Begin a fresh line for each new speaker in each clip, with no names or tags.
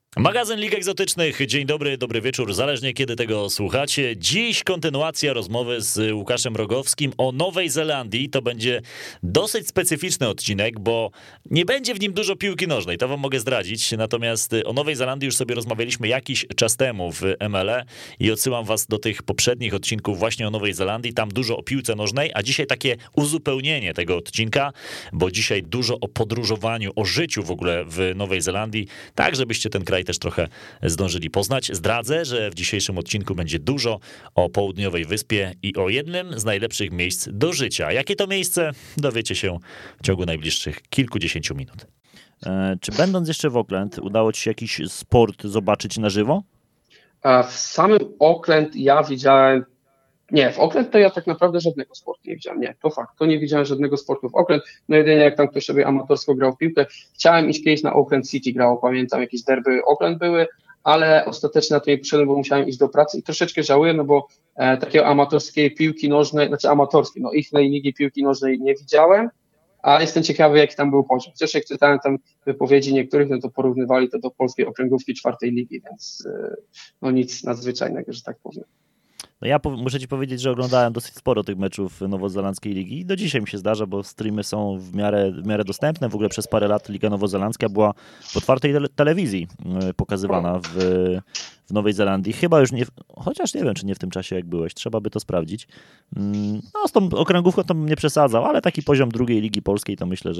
Magazyn Lig Egzotycznych. Dzień dobry, dobry wieczór, zależnie kiedy tego słuchacie. Dziś kontynuacja rozmowy z Łukaszem Rogowskim o Nowej Zelandii. To będzie dosyć specyficzny odcinek, bo nie będzie w nim dużo piłki nożnej, to wam mogę zdradzić. Natomiast o Nowej Zelandii już sobie rozmawialiśmy jakiś czas temu w MLE i odsyłam was do tych poprzednich odcinków właśnie o Nowej Zelandii. Tam dużo o piłce nożnej, a dzisiaj takie uzupełnienie tego odcinka, bo dzisiaj dużo o podróżowaniu, o życiu w ogóle w Nowej Zelandii, tak żebyście ten kraj też trochę zdążyli poznać. Zdradzę, że w dzisiejszym odcinku będzie dużo o południowej wyspie i o jednym z najlepszych miejsc do życia. Jakie to miejsce? Dowiecie się w ciągu najbliższych kilkudziesięciu minut.
Czy będąc jeszcze w Auckland, udało ci się jakiś sport zobaczyć na żywo?
W samym Auckland ja widziałem. Nie, w Auckland to ja tak naprawdę żadnego sportu nie widziałem. Nie, to fakt, to nie widziałem żadnego sportu w Auckland. No jedynie jak tam ktoś sobie amatorsko grał w piłkę. Chciałem iść kiedyś na Auckland City grało, pamiętam, jakieś derby Auckland były, ale ostatecznie na to nie przyszedłem, bo musiałem iść do pracy i troszeczkę żałuję, no bo takiej amatorskiej piłki nożnej, znaczy amatorskiej, no ich ligi piłki nożnej nie widziałem, a jestem ciekawy, jaki tam był poziom. Chociaż jak czytałem tam wypowiedzi niektórych, no to porównywali to do polskiej okręgówki czwartej ligi, więc no nic nadzwyczajnego, że tak powiem.
No ja muszę ci powiedzieć, że oglądałem dosyć sporo tych meczów nowozelandzkiej ligi i do dzisiaj mi się zdarza, bo streamy są w miarę dostępne. W ogóle przez parę lat Liga Nowozelandzka była w otwartej telewizji pokazywana w Nowej Zelandii. Chyba już nie, chociaż nie wiem, czy nie w tym czasie jak byłeś, trzeba by to sprawdzić. No z tą okręgówką to bym nie przesadzał, ale taki poziom drugiej ligi polskiej to myślę,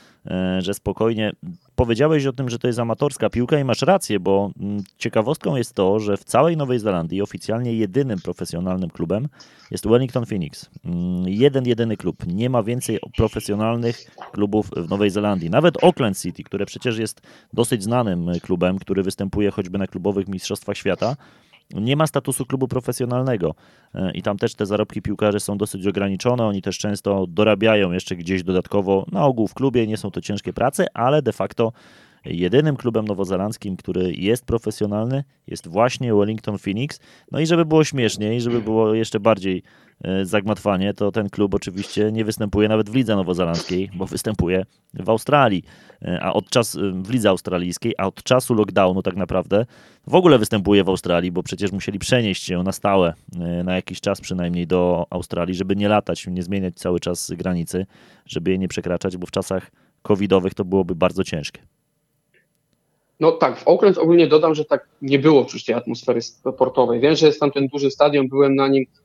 że spokojnie. Powiedziałeś o tym, że to jest amatorska piłka i masz rację, bo ciekawostką jest to, że w całej Nowej Zelandii oficjalnie jedynym profesjonalnym klubem jest Wellington Phoenix. Jedyny klub. Nie ma więcej profesjonalnych klubów w Nowej Zelandii. Nawet Auckland City, które przecież jest dosyć znanym klubem, który występuje choćby na klubowych mistrzostwach świata, nie ma statusu klubu profesjonalnego i tam też te zarobki piłkarzy są dosyć ograniczone, oni też często dorabiają jeszcze gdzieś dodatkowo, na ogół w klubie, nie są to ciężkie prace, ale de facto jedynym klubem nowozelandzkim, który jest profesjonalny, jest właśnie Wellington Phoenix. No i żeby było śmieszniej, żeby było jeszcze bardziej zagmatwanie, to ten klub oczywiście nie występuje nawet w lidze nowozelandzkiej, bo występuje w Australii, w lidze australijskiej, a od czasu lockdownu tak naprawdę w ogóle występuje w Australii, bo przecież musieli przenieść się na stałe, na jakiś czas przynajmniej do Australii, żeby nie latać, nie zmieniać cały czas granicy, żeby je nie przekraczać, bo w czasach covidowych to byłoby bardzo ciężkie.
No tak, w Auckland ogólnie dodam, że tak nie było czuć tej atmosfery sportowej. Wiem, że jest tam ten duży stadion, byłem na nim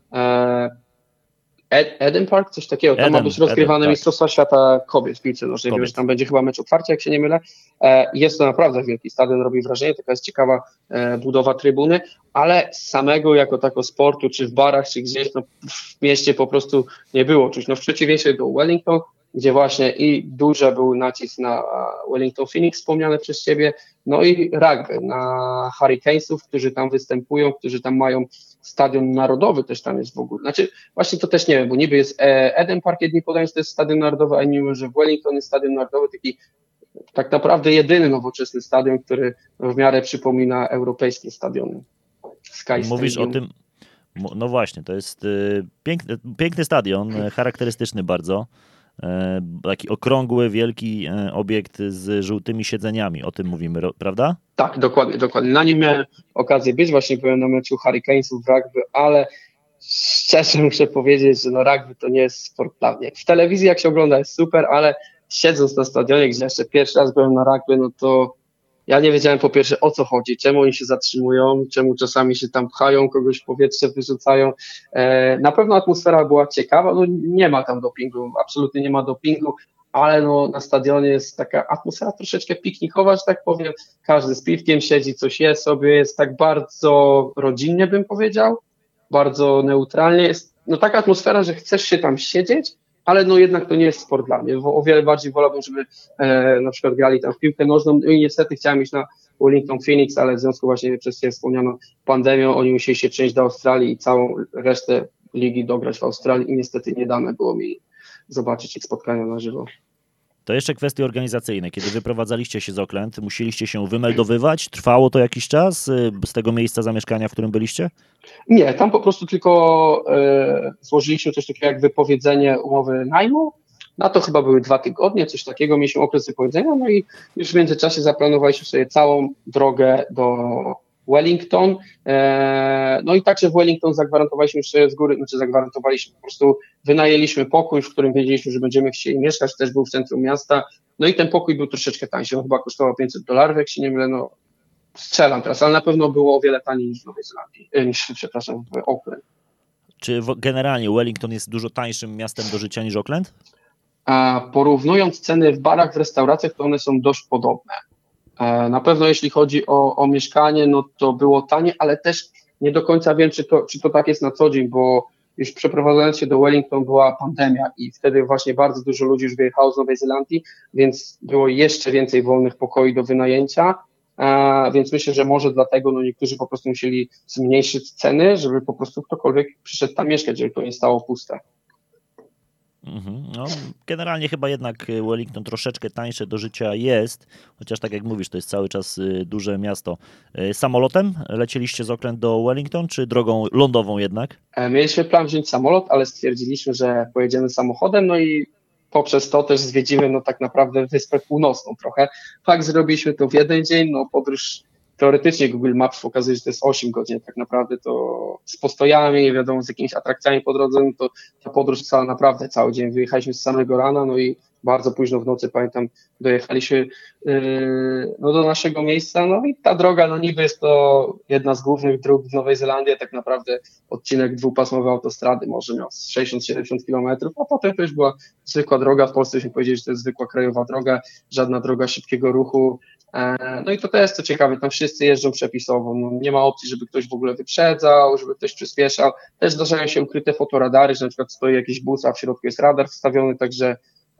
Eden Park, coś takiego, tam ma być rozgrywane Mistrzostwa Świata kobiet w piłce nożnej, wiem, że tam będzie chyba mecz otwarcia, jak się nie mylę. Jest to naprawdę wielki stadion, robi wrażenie, taka jest ciekawa budowa trybuny, ale samego jako tako sportu, czy w barach, czy gdzieś, no, w mieście po prostu nie było czuć. No w przeciwieństwie do Wellington, gdzie właśnie i duży był nacisk na Wellington Phoenix wspomniane przez ciebie, no i rugby na Hurricanesów, którzy tam występują, którzy tam mają stadion narodowy też tam jest w ogóle. Znaczy właśnie to też nie wiem, bo niby jest Eden Park, jedni podają, że to jest stadion narodowy, a inni mówią, że w Wellington jest stadion narodowy, taki tak naprawdę jedyny nowoczesny stadion, który w miarę przypomina europejskie stadiony.
Mówisz o tym, no właśnie, to jest piękny stadion, charakterystyczny bardzo. Taki okrągły, wielki obiekt z żółtymi siedzeniami, o tym mówimy, prawda?
Tak, dokładnie. Na nim miałem okazję być, właśnie byłem na meczu Hurricanesów w rugby, ale szczerze muszę powiedzieć, że no rugby to nie jest sport dla mnie. W telewizji jak się ogląda jest super, ale siedząc na stadionie, gdzie jeszcze pierwszy raz byłem na rugby, no to ja nie wiedziałem po pierwsze o co chodzi, czemu oni się zatrzymują, czemu czasami się tam pchają, kogoś w powietrze wyrzucają. Na pewno atmosfera była ciekawa, no nie ma tam dopingu, absolutnie nie ma dopingu, ale no na stadionie jest taka atmosfera troszeczkę piknikowa, że tak powiem. Każdy z piwkiem siedzi, coś je sobie, jest tak bardzo rodzinnie bym powiedział, bardzo neutralnie. Jest no taka atmosfera, że chcesz się tam siedzieć, ale no jednak to nie jest sport dla mnie. O wiele bardziej wolałbym, żeby na przykład grali tam w piłkę nożną. No i niestety chciałem iść na Wellington Phoenix, ale w związku właśnie przez Ciebie wspomnianą pandemią, oni musieli się przenieść do Australii i całą resztę ligi dograć w Australii i niestety nie dane było mi zobaczyć ich spotkania na żywo.
To jeszcze kwestie organizacyjne. Kiedy wyprowadzaliście się z Auckland, musieliście się wymeldowywać? Trwało to jakiś czas z tego miejsca zamieszkania, w którym byliście?
Nie, tam po prostu tylko złożyliśmy coś takiego jak wypowiedzenie umowy najmu. Na to chyba były 2 tygodnie, coś takiego, mieliśmy okres wypowiedzenia, no i już w międzyczasie zaplanowaliśmy sobie całą drogę do Wellington. No i także w Wellington zagwarantowaliśmy sobie z góry, po prostu wynajęliśmy pokój, w którym wiedzieliśmy, że będziemy chcieli mieszkać, też był w centrum miasta, no i ten pokój był troszeczkę tańszy, on chyba kosztował $500, jak się nie mylę, no strzelam teraz, ale na pewno było o wiele taniej niż w Nowej Zelandii, w Auckland.
Czy generalnie Wellington jest dużo tańszym miastem do życia niż Auckland?
A porównując ceny w barach, w restauracjach, to one są dość podobne. Na pewno jeśli chodzi o mieszkanie, no to było tanie, ale też nie do końca wiem, czy to tak jest na co dzień, bo już przeprowadzając się do Wellington była pandemia i wtedy właśnie bardzo dużo ludzi już wyjechało z Nowej Zelandii, więc było jeszcze więcej wolnych pokoi do wynajęcia, więc myślę, że może dlatego niektórzy po prostu musieli zmniejszyć ceny, żeby po prostu ktokolwiek przyszedł tam mieszkać, żeby to nie stało puste.
No, generalnie chyba jednak Wellington troszeczkę tańsze do życia jest, chociaż tak jak mówisz, to jest cały czas duże miasto. Samolotem lecieliście z Auckland do Wellington, czy drogą lądową jednak?
Mieliśmy plan wziąć samolot, ale stwierdziliśmy, że pojedziemy samochodem, no i poprzez to też zwiedzimy tak naprawdę Wyspę Północną trochę. Tak, zrobiliśmy to w jeden dzień, podróż teoretycznie Google Maps pokazuje, że to jest 8 godzin, tak naprawdę to z postojami, nie wiadomo, z jakimiś atrakcjami po drodze, to ta podróż trwała naprawdę cały dzień. Wyjechaliśmy z samego rana, no i bardzo późno w nocy, pamiętam, dojechaliśmy do naszego miejsca, no i ta droga, niby jest to jedna z głównych dróg w Nowej Zelandii, tak naprawdę odcinek dwupasmowej autostrady może miał 60-70 kilometrów, a potem to już była zwykła droga, w Polsce byśmy powiedzieli, że to jest zwykła krajowa droga, żadna droga szybkiego ruchu. No i to też co ciekawe, tam wszyscy jeżdżą przepisowo, nie ma opcji, żeby ktoś w ogóle wyprzedzał, żeby ktoś przyspieszał, też zdarzają się ukryte fotoradary, że na przykład stoi jakiś bus, a w środku jest radar wstawiony, także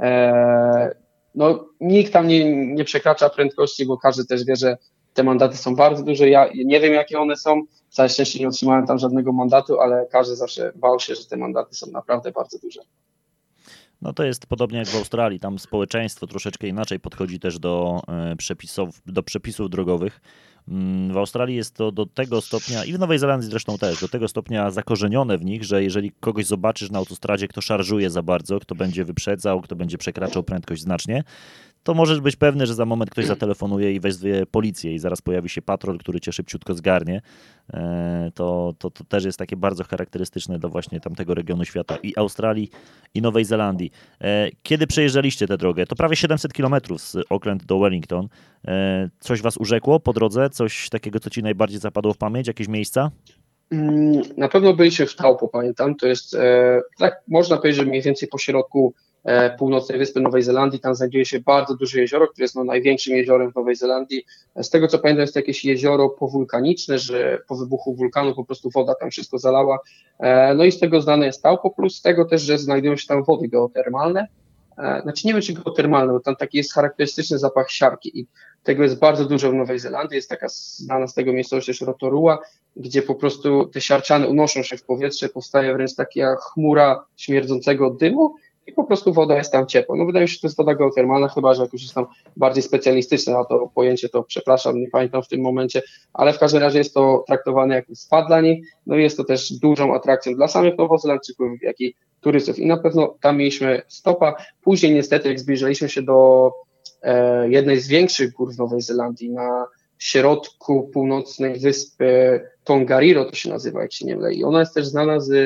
nikt tam nie przekracza prędkości, bo każdy też wie, że te mandaty są bardzo duże, ja nie wiem jakie one są, całe szczęście nie otrzymałem tam żadnego mandatu, ale każdy zawsze bał się, że te mandaty są naprawdę bardzo duże.
No to jest podobnie jak w Australii, tam społeczeństwo troszeczkę inaczej podchodzi też do przepisów drogowych. W Australii jest to do tego stopnia, i w Nowej Zelandii zresztą też, do tego stopnia zakorzenione w nich, że jeżeli kogoś zobaczysz na autostradzie, kto szarżuje za bardzo, kto będzie wyprzedzał, kto będzie przekraczał prędkość znacznie, to możesz być pewny, że za moment ktoś zatelefonuje i wezwie policję i zaraz pojawi się patrol, który cię szybciutko zgarnie. To też jest takie bardzo charakterystyczne do właśnie tamtego regionu świata i Australii i Nowej Zelandii. Kiedy przejeżdżaliście tę drogę? To prawie 700 kilometrów z Auckland do Wellington. Coś was urzekło po drodze? Coś takiego, co ci najbardziej zapadło w pamięć? Jakieś miejsca?
Na pewno byliśmy w Taupo, pamiętam. To jest, tak można powiedzieć, że mniej więcej po środku północnej wyspy Nowej Zelandii. Tam znajduje się bardzo duże jezioro, które jest największym jeziorem w Nowej Zelandii. Z tego co pamiętam, jest to jakieś jezioro powulkaniczne, że po wybuchu wulkanu po prostu woda tam wszystko zalała. No i z tego znane jest Taupo, plus z tego też, że znajdują się tam wody geotermalne. Znaczy nie wiem, czy geotermalne, bo tam taki jest charakterystyczny zapach siarki i tego jest bardzo dużo w Nowej Zelandii. Jest taka znana z tego miejscowość też Rotorua, gdzie po prostu te siarczany unoszą się w powietrze, powstaje wręcz taka chmura śmierdzącego dymu i po prostu woda jest tam ciepła. Wydaje mi się, że to jest woda geotermalna, chyba że jakoś jest tam bardziej specjalistyczne na to pojęcie, to przepraszam, nie pamiętam w tym momencie, ale w każdym razie jest to traktowane jako spa dla nich, i jest to też dużą atrakcją dla samych Nowozelandczyków, jak i turystów i na pewno tam mieliśmy stopa. Później niestety, jak zbliżaliśmy się do jednej z większych gór w Nowej Zelandii, na środku północnej wyspy Tongariro to się nazywa, jak się nie mylę, i ona jest też znana z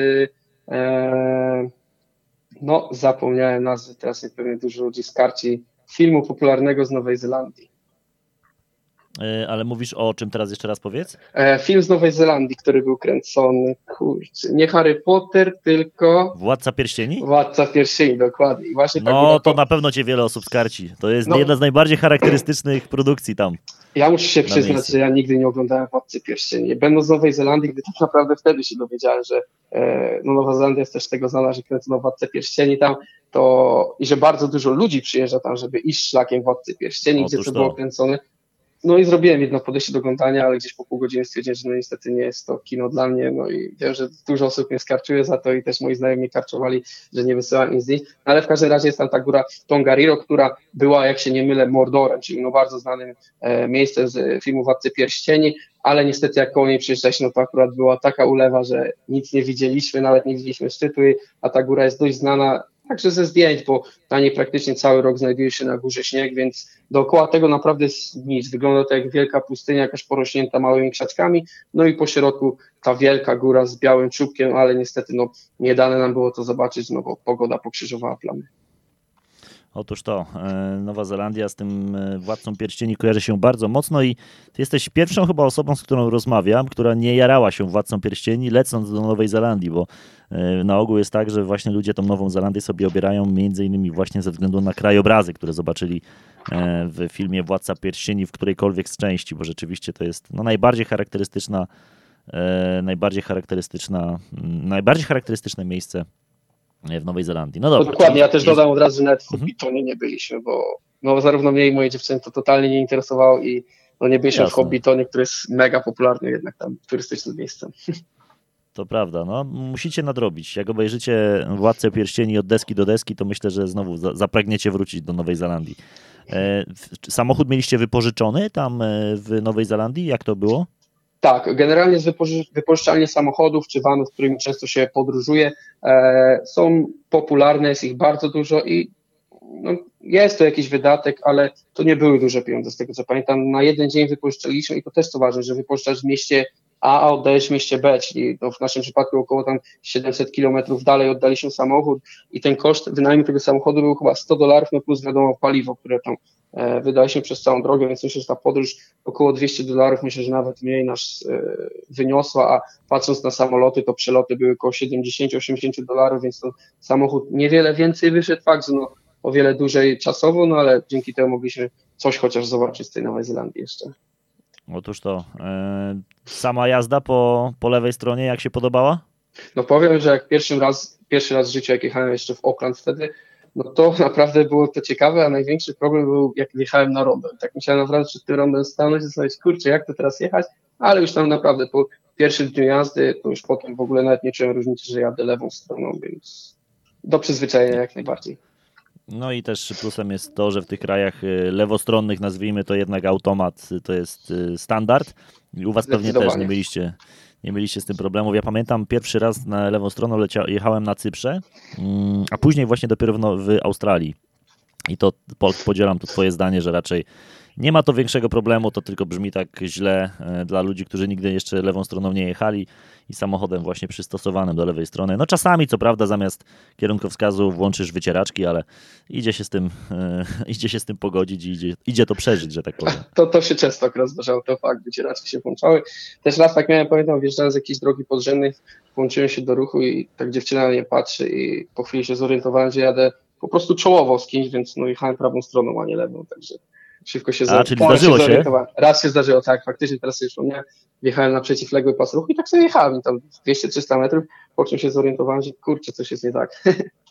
zapomniałem nazwy, teraz nie pewnie dużo ludzi skarci, filmu popularnego z Nowej Zelandii.
Ale mówisz o czym teraz jeszcze raz powiedz?
Film z Nowej Zelandii, który był kręcony, nie Harry Potter, tylko...
Władca Pierścieni?
Władca Pierścieni, dokładnie. I właśnie
to na pewno cię wiele osób skarci. To jest jedna z najbardziej charakterystycznych produkcji tam.
Ja muszę się przyznać, że ja nigdy nie oglądałem Władcy Pierścieni. Będąc z Nowej Zelandii, gdy tak naprawdę wtedy się dowiedziałem, że Nowa Zelandia jest też z tego znana, że kręcono Władcę Pierścieni tam, i że bardzo dużo ludzi przyjeżdża tam, żeby iść szlakiem Władcy Pierścieni, gdzie to było kręcone. I zrobiłem jedno podejście do oglądania, ale gdzieś po pół godziny stwierdziłem, że niestety nie jest to kino dla mnie, i wiem, że dużo osób mnie skarczuje za to i też moi znajomi karczowali, że nie wysyłam im zdjęć, ale w każdym razie jest tam ta góra Tongariro, która była, jak się nie mylę, Mordorem, czyli bardzo znanym miejscem z filmu Władcy Pierścieni, ale niestety jak koło niej przyjeżdżaliśmy, to akurat była taka ulewa, że nic nie widzieliśmy, nawet nie widzieliśmy szczytu, a ta góra jest dość znana także ze zdjęć, bo na niej praktycznie cały rok znajduje się na górze śnieg, więc dookoła tego naprawdę jest nic. Wygląda to jak wielka pustynia, jakaś porośnięta małymi krzaczkami, no i po środku ta wielka góra z białym czubkiem, ale niestety nie dane nam było to zobaczyć, no bo pogoda pokrzyżowała plany.
Otóż to, Nowa Zelandia z tym Władcą Pierścieni kojarzy się bardzo mocno i ty jesteś pierwszą chyba osobą, z którą rozmawiam, która nie jarała się Władcą Pierścieni, lecąc do Nowej Zelandii, bo na ogół jest tak, że właśnie ludzie tą Nową Zelandię sobie obierają między innymi właśnie ze względu na krajobrazy, które zobaczyli w filmie Władca Pierścieni w którejkolwiek z części, bo rzeczywiście to jest najbardziej charakterystyczne miejsce w Nowej Zelandii. No dobra.
Dokładnie, ja też dodam od razu, że nawet w Hobbitonie nie byliśmy, bo zarówno mnie i moje dziewczyny to totalnie nie interesowało i nie byliśmy w Hobbitonie, który jest mega popularny jednak tam turystycznym miejscem.
To prawda, musicie nadrobić. Jak obejrzycie Władcę Pierścieni od deski do deski, to myślę, że znowu zapragniecie wrócić do Nowej Zelandii. Samochód mieliście wypożyczony tam w Nowej Zelandii? Jak to było?
Tak, generalnie z wypożyczalnie samochodów czy vanów, którymi często się podróżuje, są popularne, jest ich bardzo dużo i jest to jakiś wydatek, ale to nie były duże pieniądze, z tego co pamiętam. Na jeden dzień wypożyczaliśmy i to też co ważne, że wypożyczasz w mieście A oddajesz w mieście B, czyli w naszym przypadku około tam 700 kilometrów dalej oddaliśmy samochód i ten koszt wynajmu tego samochodu był chyba $100, plus wiadomo paliwo, które tam wydaliśmy przez całą drogę, więc myślę, że ta podróż około $200, myślę, że nawet mniej nas wyniosła, a patrząc na samoloty, to przeloty były około $70-80, więc ten samochód niewiele więcej wyszedł, fakt, że o wiele dłużej czasowo, ale dzięki temu mogliśmy coś chociaż zobaczyć z tej Nowej Zelandii jeszcze.
Otóż to, sama jazda po lewej stronie, jak się podobała?
Powiem, że jak pierwszy raz w życiu, jak jechałem jeszcze w Auckland wtedy, to naprawdę było to ciekawe, a największy problem był, jak jechałem na rondo. Tak musiałem naprawdę przed tym rondem stanąć i zastanowić, kurczę, jak to teraz jechać, ale już tam naprawdę po pierwszym dniu jazdy, to już potem w ogóle nawet nie czułem różnicy, że jadę lewą stroną, więc do przyzwyczajenia jak najbardziej.
No i też plusem jest to, że w tych krajach lewostronnych, nazwijmy to jednak automat, to jest standard. I u was pewnie też nie mieliście z tym problemów. Ja pamiętam pierwszy raz na lewą stroną jechałem na Cyprze, a później właśnie dopiero w Australii. I to podzielam to twoje zdanie, że raczej nie ma to większego problemu, to tylko brzmi tak źle dla ludzi, którzy nigdy jeszcze lewą stroną nie jechali i samochodem właśnie przystosowanym do lewej strony. Czasami co prawda zamiast kierunkowskazu włączysz wycieraczki, ale idzie się z tym pogodzić i idzie to przeżyć, że tak powiem.
To się często akurat zdarzało, to fakt, wycieraczki się włączały. Też raz tak miałem, pamiętam, wjeżdżałem z jakiejś drogi podrzędnej, włączyłem się do ruchu i tak dziewczyna na mnie patrzy i po chwili się zorientowałem, że jadę po prostu czołowo z kimś, więc jechałem prawą stroną, a nie lewą, także szybko się zorientowałem. Raz się zdarzyło, tak, faktycznie teraz sobie przypomniałem, wjechałem na przeciwległy pas ruchu i tak sobie jechałem tam 200-300 metrów, po czym się zorientowałem, że kurczę, coś jest nie tak.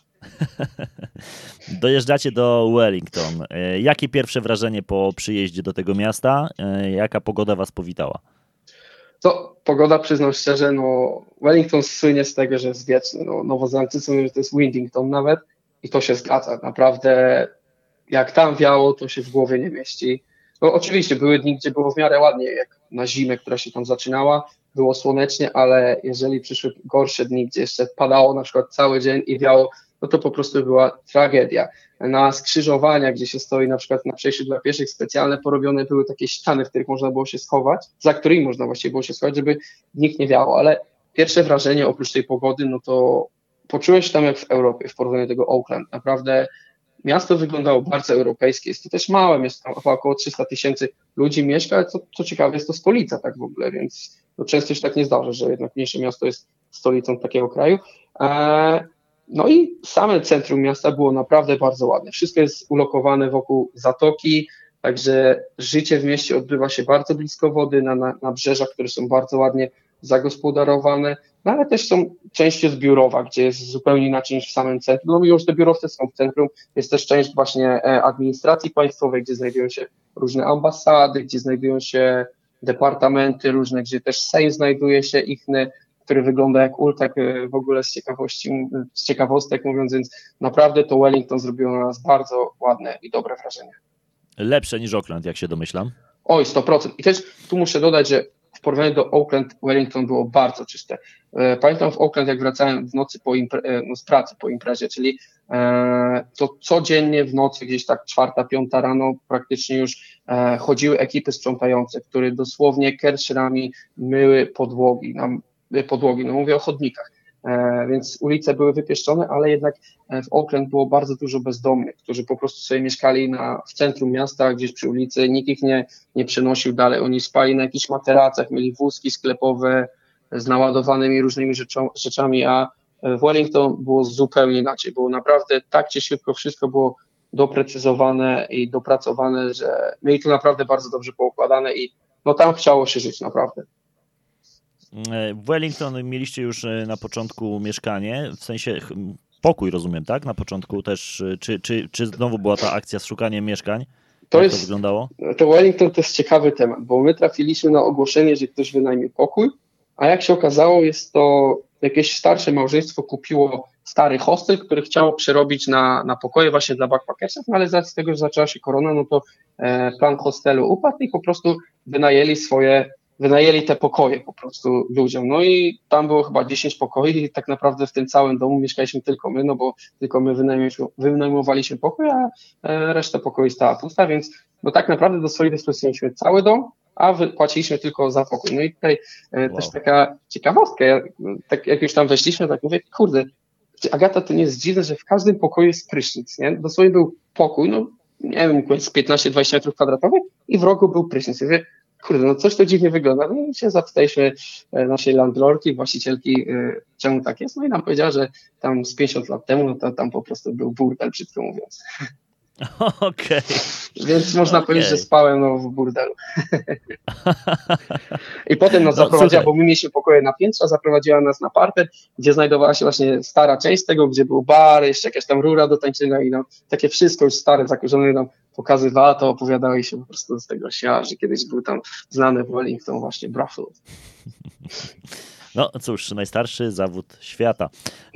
Dojeżdżacie do Wellington. Jakie pierwsze wrażenie po przyjeździe do tego miasta? Jaka pogoda was powitała?
To pogoda, przyznam szczerze, Wellington słynie z tego, że jest wieczny. Nowozelandczycy mówią, że to jest Windington nawet i to się zgadza. Naprawdę jak tam wiało, to się w głowie nie mieści. Oczywiście były dni, gdzie było w miarę ładnie, jak na zimę, która się tam zaczynała, było słonecznie, ale jeżeli przyszły gorsze dni, gdzie jeszcze padało na przykład cały dzień i wiało, to po prostu była tragedia. Na skrzyżowaniach, gdzie się stoi na przykład na przejściu dla pieszych, specjalne porobione były takie ściany, w których można było się schować, za którymi można właściwie było się schować, żeby nikt nie wiało, ale pierwsze wrażenie oprócz tej pogody, to poczułem się tam jak w Europie w porównaniu do tego Auckland. Naprawdę miasto wyglądało bardzo europejskie, jest to też małe, jest tam około 300 000 ludzi mieszka, ale co ciekawe, jest to stolica tak w ogóle, więc często się tak nie zdarza, że jednak mniejsze miasto jest stolicą takiego kraju. I same centrum miasta było naprawdę bardzo ładne. Wszystko jest ulokowane wokół zatoki, także życie w mieście odbywa się bardzo blisko wody, na brzeżach, które są bardzo ładnie zagospodarowane, ale też są części zbiorowa, gdzie jest zupełnie inaczej niż w samym centrum. Mimo że te biurowce są w centrum, jest też część właśnie administracji państwowej, gdzie znajdują się różne ambasady, gdzie znajdują się departamenty różne, gdzie też Sejm znajduje się ichny, który wygląda jak tak w ogóle z ciekawostek mówiąc, więc naprawdę to Wellington zrobiło na nas bardzo ładne i dobre wrażenie.
Lepsze niż Auckland, jak się domyślam.
Oj, 100%. I też tu muszę dodać, że w porównaniu do Auckland, Wellington było bardzo czyste. Pamiętam w Auckland, jak wracałem w nocy z pracy po imprezie, czyli to codziennie w nocy, gdzieś tak 4-5 rano praktycznie już chodziły ekipy sprzątające, które dosłownie kerszerami myły podłogi, no mówię o chodnikach. Więc ulice były wypieszczone, ale jednak w Auckland było bardzo dużo bezdomnych, którzy po prostu sobie mieszkali w centrum miasta, gdzieś przy ulicy, nikt ich nie przenosił dalej, oni spali na jakichś materacach, mieli wózki sklepowe z naładowanymi różnymi rzeczami, a w Wellington było zupełnie inaczej, było naprawdę tak ciężko, wszystko było doprecyzowane i dopracowane, że mieli to naprawdę bardzo dobrze poukładane i no tam chciało się żyć naprawdę.
W Wellington mieliście już na początku mieszkanie, w sensie pokój, rozumiem, tak? Na początku też, czy znowu była ta akcja z szukaniem mieszkań? To wyglądało?
To Wellington to jest ciekawy temat, bo my trafiliśmy na ogłoszenie, że ktoś wynajmie pokój, a jak się okazało, jest to jakieś starsze małżeństwo kupiło stary hostel, który chciało przerobić na pokoje właśnie dla backpackersów, no ale z racji tego, że zaczęła się korona, no to plan hostelu upadł i po prostu wynajęli te pokoje po prostu ludziom. No i tam było chyba 10 pokoi i tak naprawdę w tym całym domu mieszkaliśmy tylko my, no bo tylko my wynajmowaliśmy pokój, a reszta pokoi stała pusta, więc no tak naprawdę do swojej dyspozycji mieliśmy cały dom, a płaciliśmy tylko za pokój. No i tutaj też taka ciekawostka, tak jak już tam weszliśmy, tak mówię, kurde, Agata, to nie jest dziwne, że w każdym pokoju jest prysznic, nie? Dosłownie był pokój, no nie wiem, z 15-20 metrów kwadratowych i w rogu był prysznic. Ja mówię, kurde, no coś to dziwnie wygląda. No i się zapytaliśmy naszej landlordki, właścicielki, czemu tak jest. No i nam powiedziała, że tam z 50 lat temu, no to tam po prostu był burdel, brzydko mówiąc.
Okej.
Więc można powiedzieć, że spałem w burdelu. I potem nas zaprowadziła, bo my mieliśmy pokoje na piętrze, zaprowadziła nas na parter, gdzie znajdowała się właśnie stara część tego, gdzie był bar, jeszcze jakaś tam rura do tańczenia i no, takie wszystko już stare, zakurzone nam pokazywała, to opowiadała i się po prostu z tego śmiała, że kiedyś był tam znany w Wellington właśnie Bruffalo.
No cóż, najstarszy zawód świata.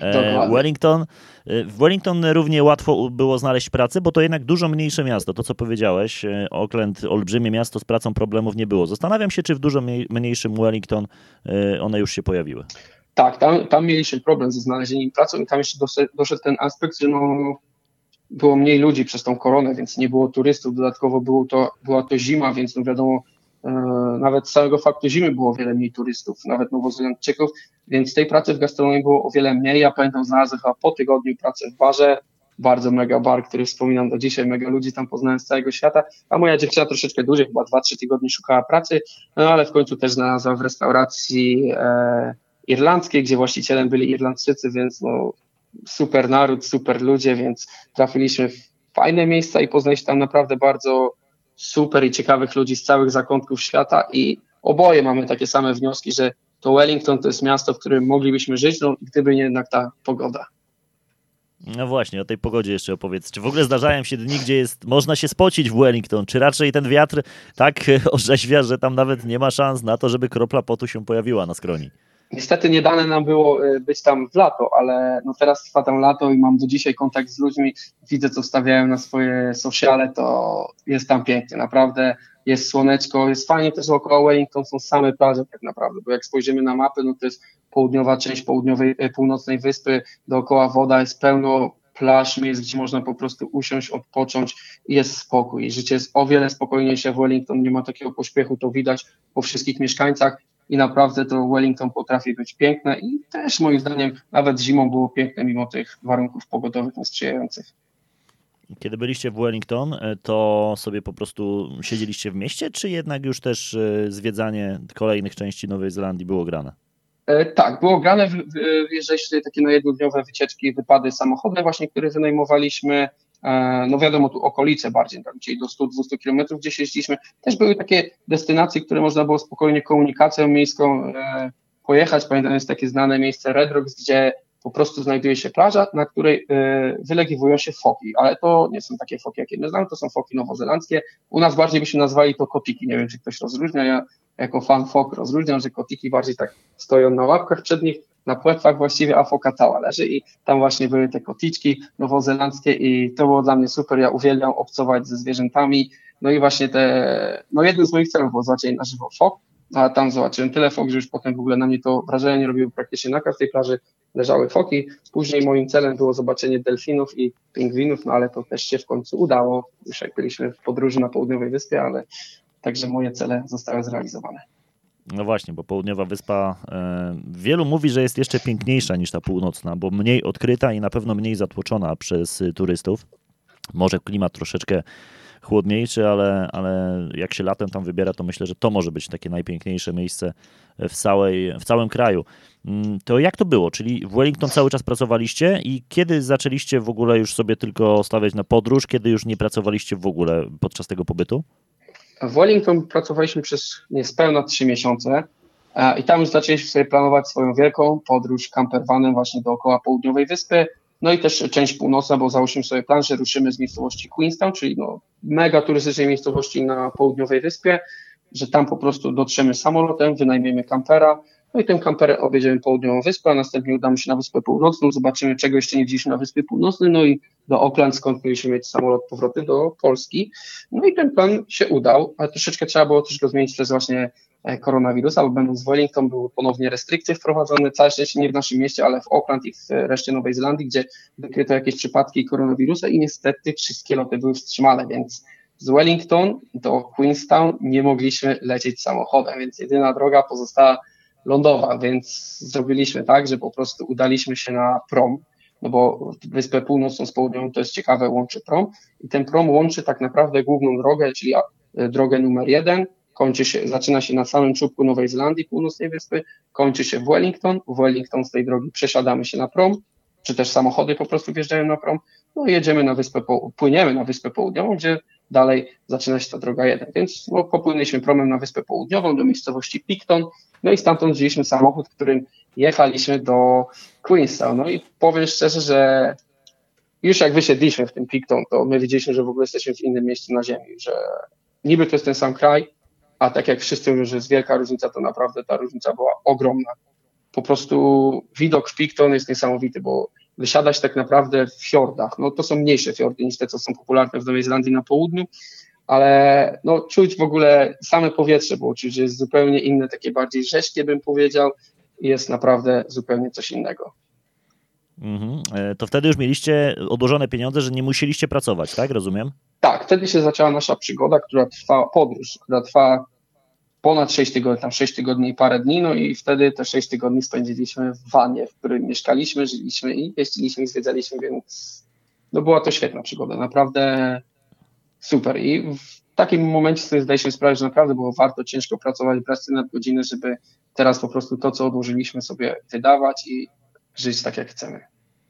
W Wellington równie łatwo było znaleźć pracę, bo to jednak dużo mniejsze miasto. To, co powiedziałeś, Auckland, olbrzymie miasto, z pracą problemów nie było. Zastanawiam się, czy w dużo mniejszym Wellington one już się pojawiły.
Tak, tam mieliśmy problem ze znalezieniem pracy i tam jeszcze doszedł ten aspekt, że było mniej ludzi przez tą koronę, więc nie było turystów. Dodatkowo była to zima, więc no wiadomo, nawet z samego faktu zimy było o wiele mniej turystów, nawet Nowozelandczyków, więc tej pracy w gastronomii było o wiele mniej. Ja pamiętam, znalazłem chyba po tygodniu pracę w barze, bardzo mega bar, który wspominam do dzisiaj, mega ludzi tam poznałem z całego świata, a moja dziewczyna troszeczkę dłużej, chyba 2-3 tygodnie szukała pracy, no ale w końcu też znalazła w restauracji irlandzkiej, gdzie właścicielem byli Irlandczycy, więc no super naród, super ludzie, więc trafiliśmy w fajne miejsca i poznaliśmy tam naprawdę bardzo super i ciekawych ludzi z całych zakątków świata i oboje mamy takie same wnioski, że to Wellington to jest miasto, w którym moglibyśmy żyć, no gdyby nie jednak ta pogoda.
No właśnie, o tej pogodzie jeszcze opowiedz. Czy w ogóle zdarzają się dni, gdzie można się spocić w Wellington? Czy raczej ten wiatr tak orzeźwia, że tam nawet nie ma szans na to, żeby kropla potu się pojawiła na skroni?
Niestety nie dane nam było być tam w lato, ale no teraz trwa tam lato i mam do dzisiaj kontakt z ludźmi, widzę co wstawiają na swoje sociale, to jest tam pięknie, naprawdę jest słoneczko, jest fajnie też dookoła Wellington, są same plaże tak naprawdę, bo jak spojrzymy na mapę, no to jest południowa część północnej wyspy, dookoła woda, jest pełno plaż, miejsc, gdzie można po prostu usiąść, odpocząć i jest spokój. I życie jest o wiele spokojniejsze w Wellington, nie ma takiego pośpiechu, to widać po wszystkich mieszkańcach. I naprawdę to Wellington potrafi być piękne i też moim zdaniem nawet zimą było piękne mimo tych warunków pogodowych niesprzyjających.
Kiedy byliście w Wellington, to sobie po prostu siedzieliście w mieście, czy jednak już też zwiedzanie kolejnych części Nowej Zelandii było grane?
Tak, było grane, wyjeżdżaliśmy takie na jednodniowe wycieczki, wypady samochodne właśnie, które wynajmowaliśmy. No wiadomo, tu okolice bardziej, tak, gdzieś do 100-200 kilometrów, gdzie jeździliśmy. Też były takie destynacje, które można było spokojnie komunikacją miejską pojechać. Pamiętam, jest takie znane miejsce Red Rocks, gdzie po prostu znajduje się plaża, na której wylegiwują się foki, ale to nie są takie foki, jakie my znamy, to są foki nowozelandzkie. U nas bardziej byśmy nazwali to kotiki, nie wiem, czy ktoś rozróżnia, ja jako fan fok rozróżniam, że kotiki bardziej tak stoją na łapkach przed nich, na płetwach właściwie, a foka cała leży i tam właśnie były te koticzki nowozelandzkie i to było dla mnie super, ja uwielbiam obcować ze zwierzętami, no i właśnie jednym z moich celów było zobaczenie na żywo fok, a tam zobaczyłem tyle fok, że już potem w ogóle na mnie to wrażenie nie robiło praktycznie na każdej plaży leżały foki. Później moim celem było zobaczenie delfinów i pingwinów, no ale to też się w końcu udało, już jak byliśmy w podróży na Południowej Wyspie, ale także moje cele zostały zrealizowane.
No właśnie, bo Południowa Wyspa wielu mówi, że jest jeszcze piękniejsza niż ta północna, bo mniej odkryta i na pewno mniej zatłoczona przez turystów. Może klimat troszeczkę chłodniejszy, ale jak się latem tam wybiera, to myślę, że to może być takie najpiękniejsze miejsce w całym kraju. To jak to było? Czyli w Wellington cały czas pracowaliście i kiedy zaczęliście w ogóle już sobie tylko stawiać na podróż, kiedy już nie pracowaliście w ogóle podczas tego pobytu?
W Wellington pracowaliśmy przez niespełna 3 miesiące i tam już zaczęliśmy sobie planować swoją wielką podróż campervanem właśnie dookoła Południowej Wyspy. No i też część północna, bo założyliśmy sobie plan, że ruszymy z miejscowości Queenstown, czyli no, mega turystycznej miejscowości na Południowej Wyspie, że tam po prostu dotrzemy samolotem, wynajmiemy kampera, no i tym kamperem objedziemy Południową Wyspę, a następnie udamy się na Wyspę Północną, zobaczymy czego jeszcze nie widzieliśmy na Wyspie Północnej, no i do Auckland, skąd mieliśmy mieć samolot powrotny do Polski. No i ten plan się udał, ale troszeczkę trzeba było też go zmienić przez właśnie koronawirusa, bo będąc w Wellington były ponownie restrykcje wprowadzone, całe szczęście nie w naszym mieście, ale w Auckland i w reszcie Nowej Zelandii, gdzie wykryto jakieś przypadki koronawirusa i niestety wszystkie loty były wstrzymane, więc z Wellington do Queenstown nie mogliśmy lecieć samochodem, więc jedyna droga pozostała lądowa, więc zrobiliśmy tak, że po prostu udaliśmy się na prom, no bo Wyspę Północną z Południową to jest ciekawe, łączy prom i ten prom łączy tak naprawdę główną drogę, czyli drogę numer 1, zaczyna się na samym czubku Nowej Zelandii, północnej wyspy, kończy się w Wellington. W Wellington z tej drogi przesiadamy się na prom, czy też samochody po prostu wjeżdżają na prom, no i jedziemy na płyniemy na Wyspę Południową, gdzie dalej zaczyna się ta droga 1. Więc no, popłynęliśmy promem na Wyspę Południową do miejscowości Picton, no i stamtąd wzięliśmy samochód, którym jechaliśmy do Queenstown. No i powiem szczerze, że już jak wysiedliśmy w tym Picton, to my wiedzieliśmy, że w ogóle jesteśmy w innym miejscu na ziemi, że niby to jest ten sam kraj, a tak jak wszyscy mówią, że jest wielka różnica, to naprawdę ta różnica była ogromna. Po prostu widok w Picton jest niesamowity, bo wysiadać tak naprawdę w fiordach. No to są mniejsze fiordy niż te, co są popularne w Nowej Zelandii na południu, ale no czuć w ogóle same powietrze, bo czuć, że jest zupełnie inne, takie bardziej rześkie bym powiedział i jest naprawdę zupełnie coś innego.
To wtedy już mieliście odłożone pieniądze, że nie musieliście pracować, tak? Rozumiem?
Tak, wtedy się zaczęła nasza przygoda, podróż, która trwa ponad 6 tygodni, tam 6 tygodni i parę dni, no i wtedy te 6 tygodni spędziliśmy w vanie, w którym mieszkaliśmy, żyliśmy i jeździliśmy i zwiedzaliśmy, więc no była to świetna przygoda, naprawdę super. I w takim momencie sobie zdaliśmy sprawę, że naprawdę było warto ciężko pracować, brać te nadgodziny, żeby teraz po prostu to, co odłożyliśmy sobie wydawać i żyć tak, jak chcemy.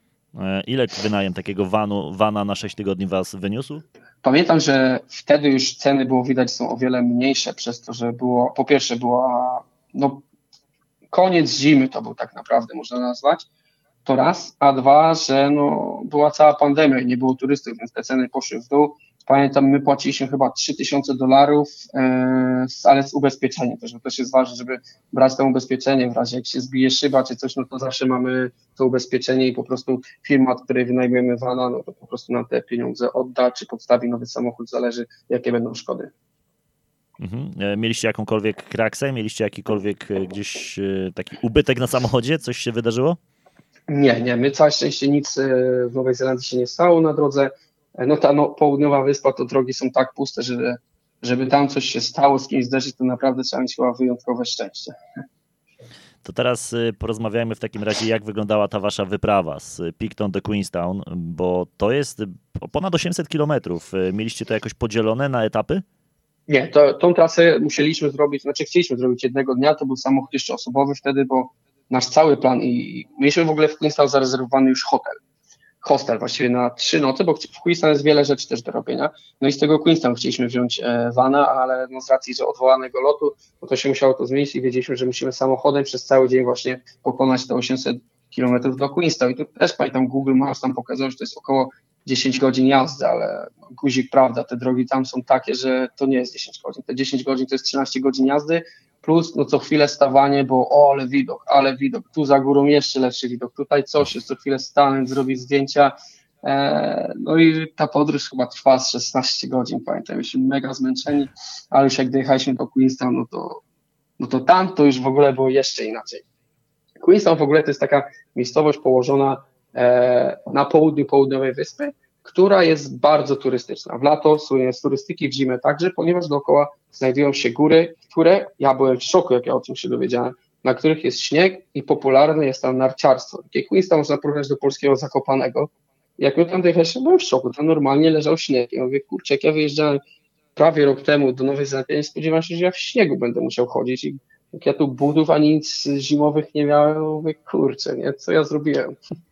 Ile wynajem takiego vana na 6 tygodni was wyniósł?
Pamiętam, że wtedy już ceny było widać, są o wiele mniejsze przez to, że było, po pierwsze była, no koniec zimy to był tak naprawdę, można nazwać, to raz, a dwa, że no była cała pandemia i nie było turystów, więc te ceny poszły w dół. Pamiętam, my płaciliśmy chyba $3000, ale z ubezpieczeniem też, bo też jest ważne, żeby brać to ubezpieczenie w razie jak się zbije szyba czy coś, no to zawsze mamy to ubezpieczenie i po prostu firma, od której wynajmujemy vana, no to po prostu nam te pieniądze odda, czy podstawi nowy samochód, zależy jakie będą szkody.
Mieliście jakąkolwiek kraksę? Mieliście jakikolwiek gdzieś taki ubytek na samochodzie? Coś się wydarzyło?
Nie, my całe szczęście nic w Nowej Zelandii się nie stało na drodze. No ta południowa wyspa, to drogi są tak puste, że żeby tam coś się stało, z kimś zderzyć, to naprawdę trzeba mieć chyba wyjątkowe szczęście.
To teraz porozmawiajmy w takim razie, jak wyglądała ta wasza wyprawa z Picton do Queenstown, bo to jest ponad 800 kilometrów. Mieliście to jakoś podzielone na etapy?
Nie, tą trasę musieliśmy zrobić, chcieliśmy zrobić jednego dnia, to był samochód jeszcze osobowy wtedy, bo nasz cały plan i mieliśmy w ogóle w Queenstown zarezerwowany już hostel właściwie na 3 noce, bo w Queenstown jest wiele rzeczy też do robienia. No i z tego Queenstown chcieliśmy wziąć vana, ale no z racji, że odwołanego lotu, no to się musiało to zmienić i wiedzieliśmy, że musimy samochodem przez cały dzień właśnie pokonać te 800 kilometrów do Queenstown. I tu też pamiętam, Google Maps tam pokazał, że to jest około 10 godzin jazdy, ale guzik, prawda, te drogi tam są takie, że to nie jest 10 godzin. Te 10 godzin to jest 13 godzin jazdy, plus no co chwilę stawanie, bo ale widok, tu za górą jeszcze lepszy widok, tutaj coś, jest co chwilę stanąć, zrobić zdjęcia. No i ta podróż chyba trwa z 16 godzin, pamiętam, byliśmy mega zmęczeni, ale już jak dojechaliśmy do Queenstown, no to no to tam to już w ogóle było jeszcze inaczej. Queenstown w ogóle to jest taka miejscowość położona na południu południowej wyspy, która jest bardzo turystyczna. W lato słynie z turystyki, w zimę także, ponieważ dookoła znajdują się góry, które, ja byłem w szoku, jak ja o tym się dowiedziałem, na których jest śnieg i popularne jest tam narciarstwo. Takie Queenstown można porównać do polskiego Zakopanego. Jak my tam dojechaliśmy, byłem w szoku, tam normalnie leżał śnieg. Ja mówię, kurczę, jak ja wyjeżdżałem prawie rok temu do Nowej Zelandii, nie spodziewałem się, że ja w śniegu będę musiał chodzić i jak ja tu butów ani nic zimowych nie miałem, mówię, kurczę, nie, co ja zrobiłem?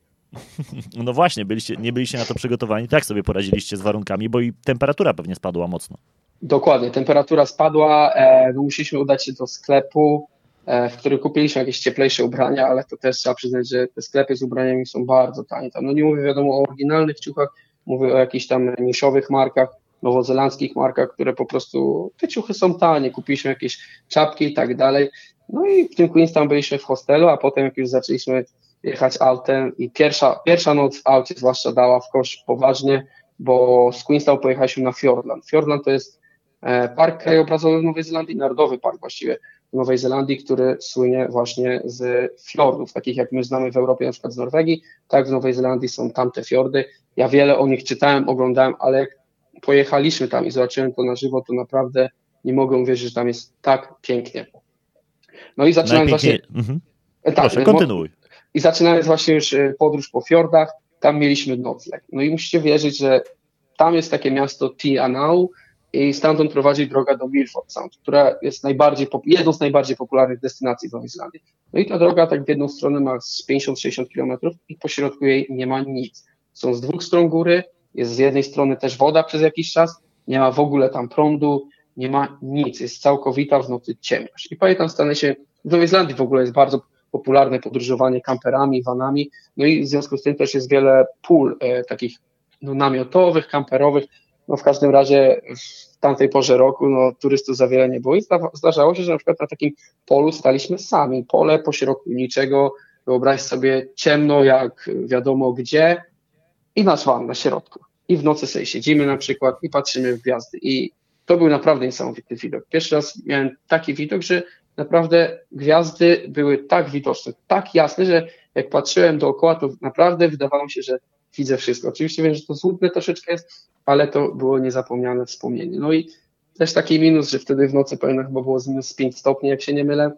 No właśnie, nie byliście na to przygotowani, tak sobie poradziliście z warunkami, bo i temperatura pewnie spadła mocno.
Dokładnie, temperatura spadła, musieliśmy udać się do sklepu, w którym kupiliśmy jakieś cieplejsze ubrania, ale to też trzeba przyznać, że te sklepy z ubraniami są bardzo tanie. Tam, no nie mówię wiadomo o oryginalnych ciuchach, mówię o jakichś tam niszowych markach, nowozelandzkich markach, które po prostu, te ciuchy są tanie, kupiliśmy jakieś czapki i tak dalej. No i w tym Queenstown byliśmy w hostelu, a potem jak już zaczęliśmy jechać autem i pierwsza noc w aucie zwłaszcza dała w kość poważnie, bo z Queenstown pojechaliśmy na Fiordland. Fiordland to jest park krajobrazowy w Nowej Zelandii, narodowy park właściwie w Nowej Zelandii, który słynie właśnie z fiordów, takich jak my znamy w Europie, na przykład z Norwegii, tak w Nowej Zelandii są tamte fiordy. Ja wiele o nich czytałem, oglądałem, ale jak pojechaliśmy tam i zobaczyłem to na żywo, to naprawdę nie mogę uwierzyć, że tam jest tak pięknie. No i zaczynając właśnie...
Proszę, kontynuuj.
I zaczynając właśnie już podróż po fiordach, tam mieliśmy nocleg. No i musicie wierzyć, że tam jest takie miasto Tianau i stamtąd prowadzi droga do Milford Sound, która jest jedną z najbardziej popularnych destynacji w Nowej Zelandii. No i ta droga tak w jedną stronę ma z 50-60 kilometrów i po środku jej nie ma nic. Są z dwóch stron góry, jest z jednej strony też woda przez jakiś czas, nie ma w ogóle tam prądu, nie ma nic, jest całkowita w nocy ciemność. I pamiętam, w Nowej Zelandii w ogóle jest bardzo popularne podróżowanie kamperami, vanami, no i w związku z tym też jest wiele pól takich namiotowych, kamperowych, no w każdym razie w tamtej porze roku turystów za wiele nie było i zdarzało się, że na przykład na takim polu staliśmy sami, pole pośrodku niczego, wyobraź sobie ciemno jak wiadomo gdzie i nasz van na środku i w nocy sobie siedzimy na przykład i patrzymy w gwiazdy i to był naprawdę niesamowity widok. Pierwszy raz miałem taki widok, że naprawdę gwiazdy były tak widoczne, tak jasne, że jak patrzyłem dookoła, to naprawdę wydawało mi się, że widzę wszystko. Oczywiście wiem, że to złudne troszeczkę jest, ale to było niezapomniane wspomnienie. No i też taki minus, że wtedy w nocy pamiętam chyba było z minus 5 stopni, jak się nie mylę.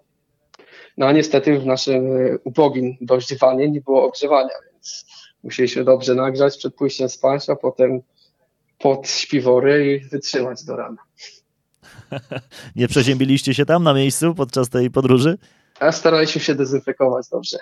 No a niestety w naszym ubogim dość wanie nie było ogrzewania, więc musieliśmy dobrze nagrzać przed pójściem spać, a potem pod śpiwory i wytrzymać do rana.
Nie przeziębiliście się tam na miejscu podczas tej podróży?
A staraliśmy się dezynfekować dobrze.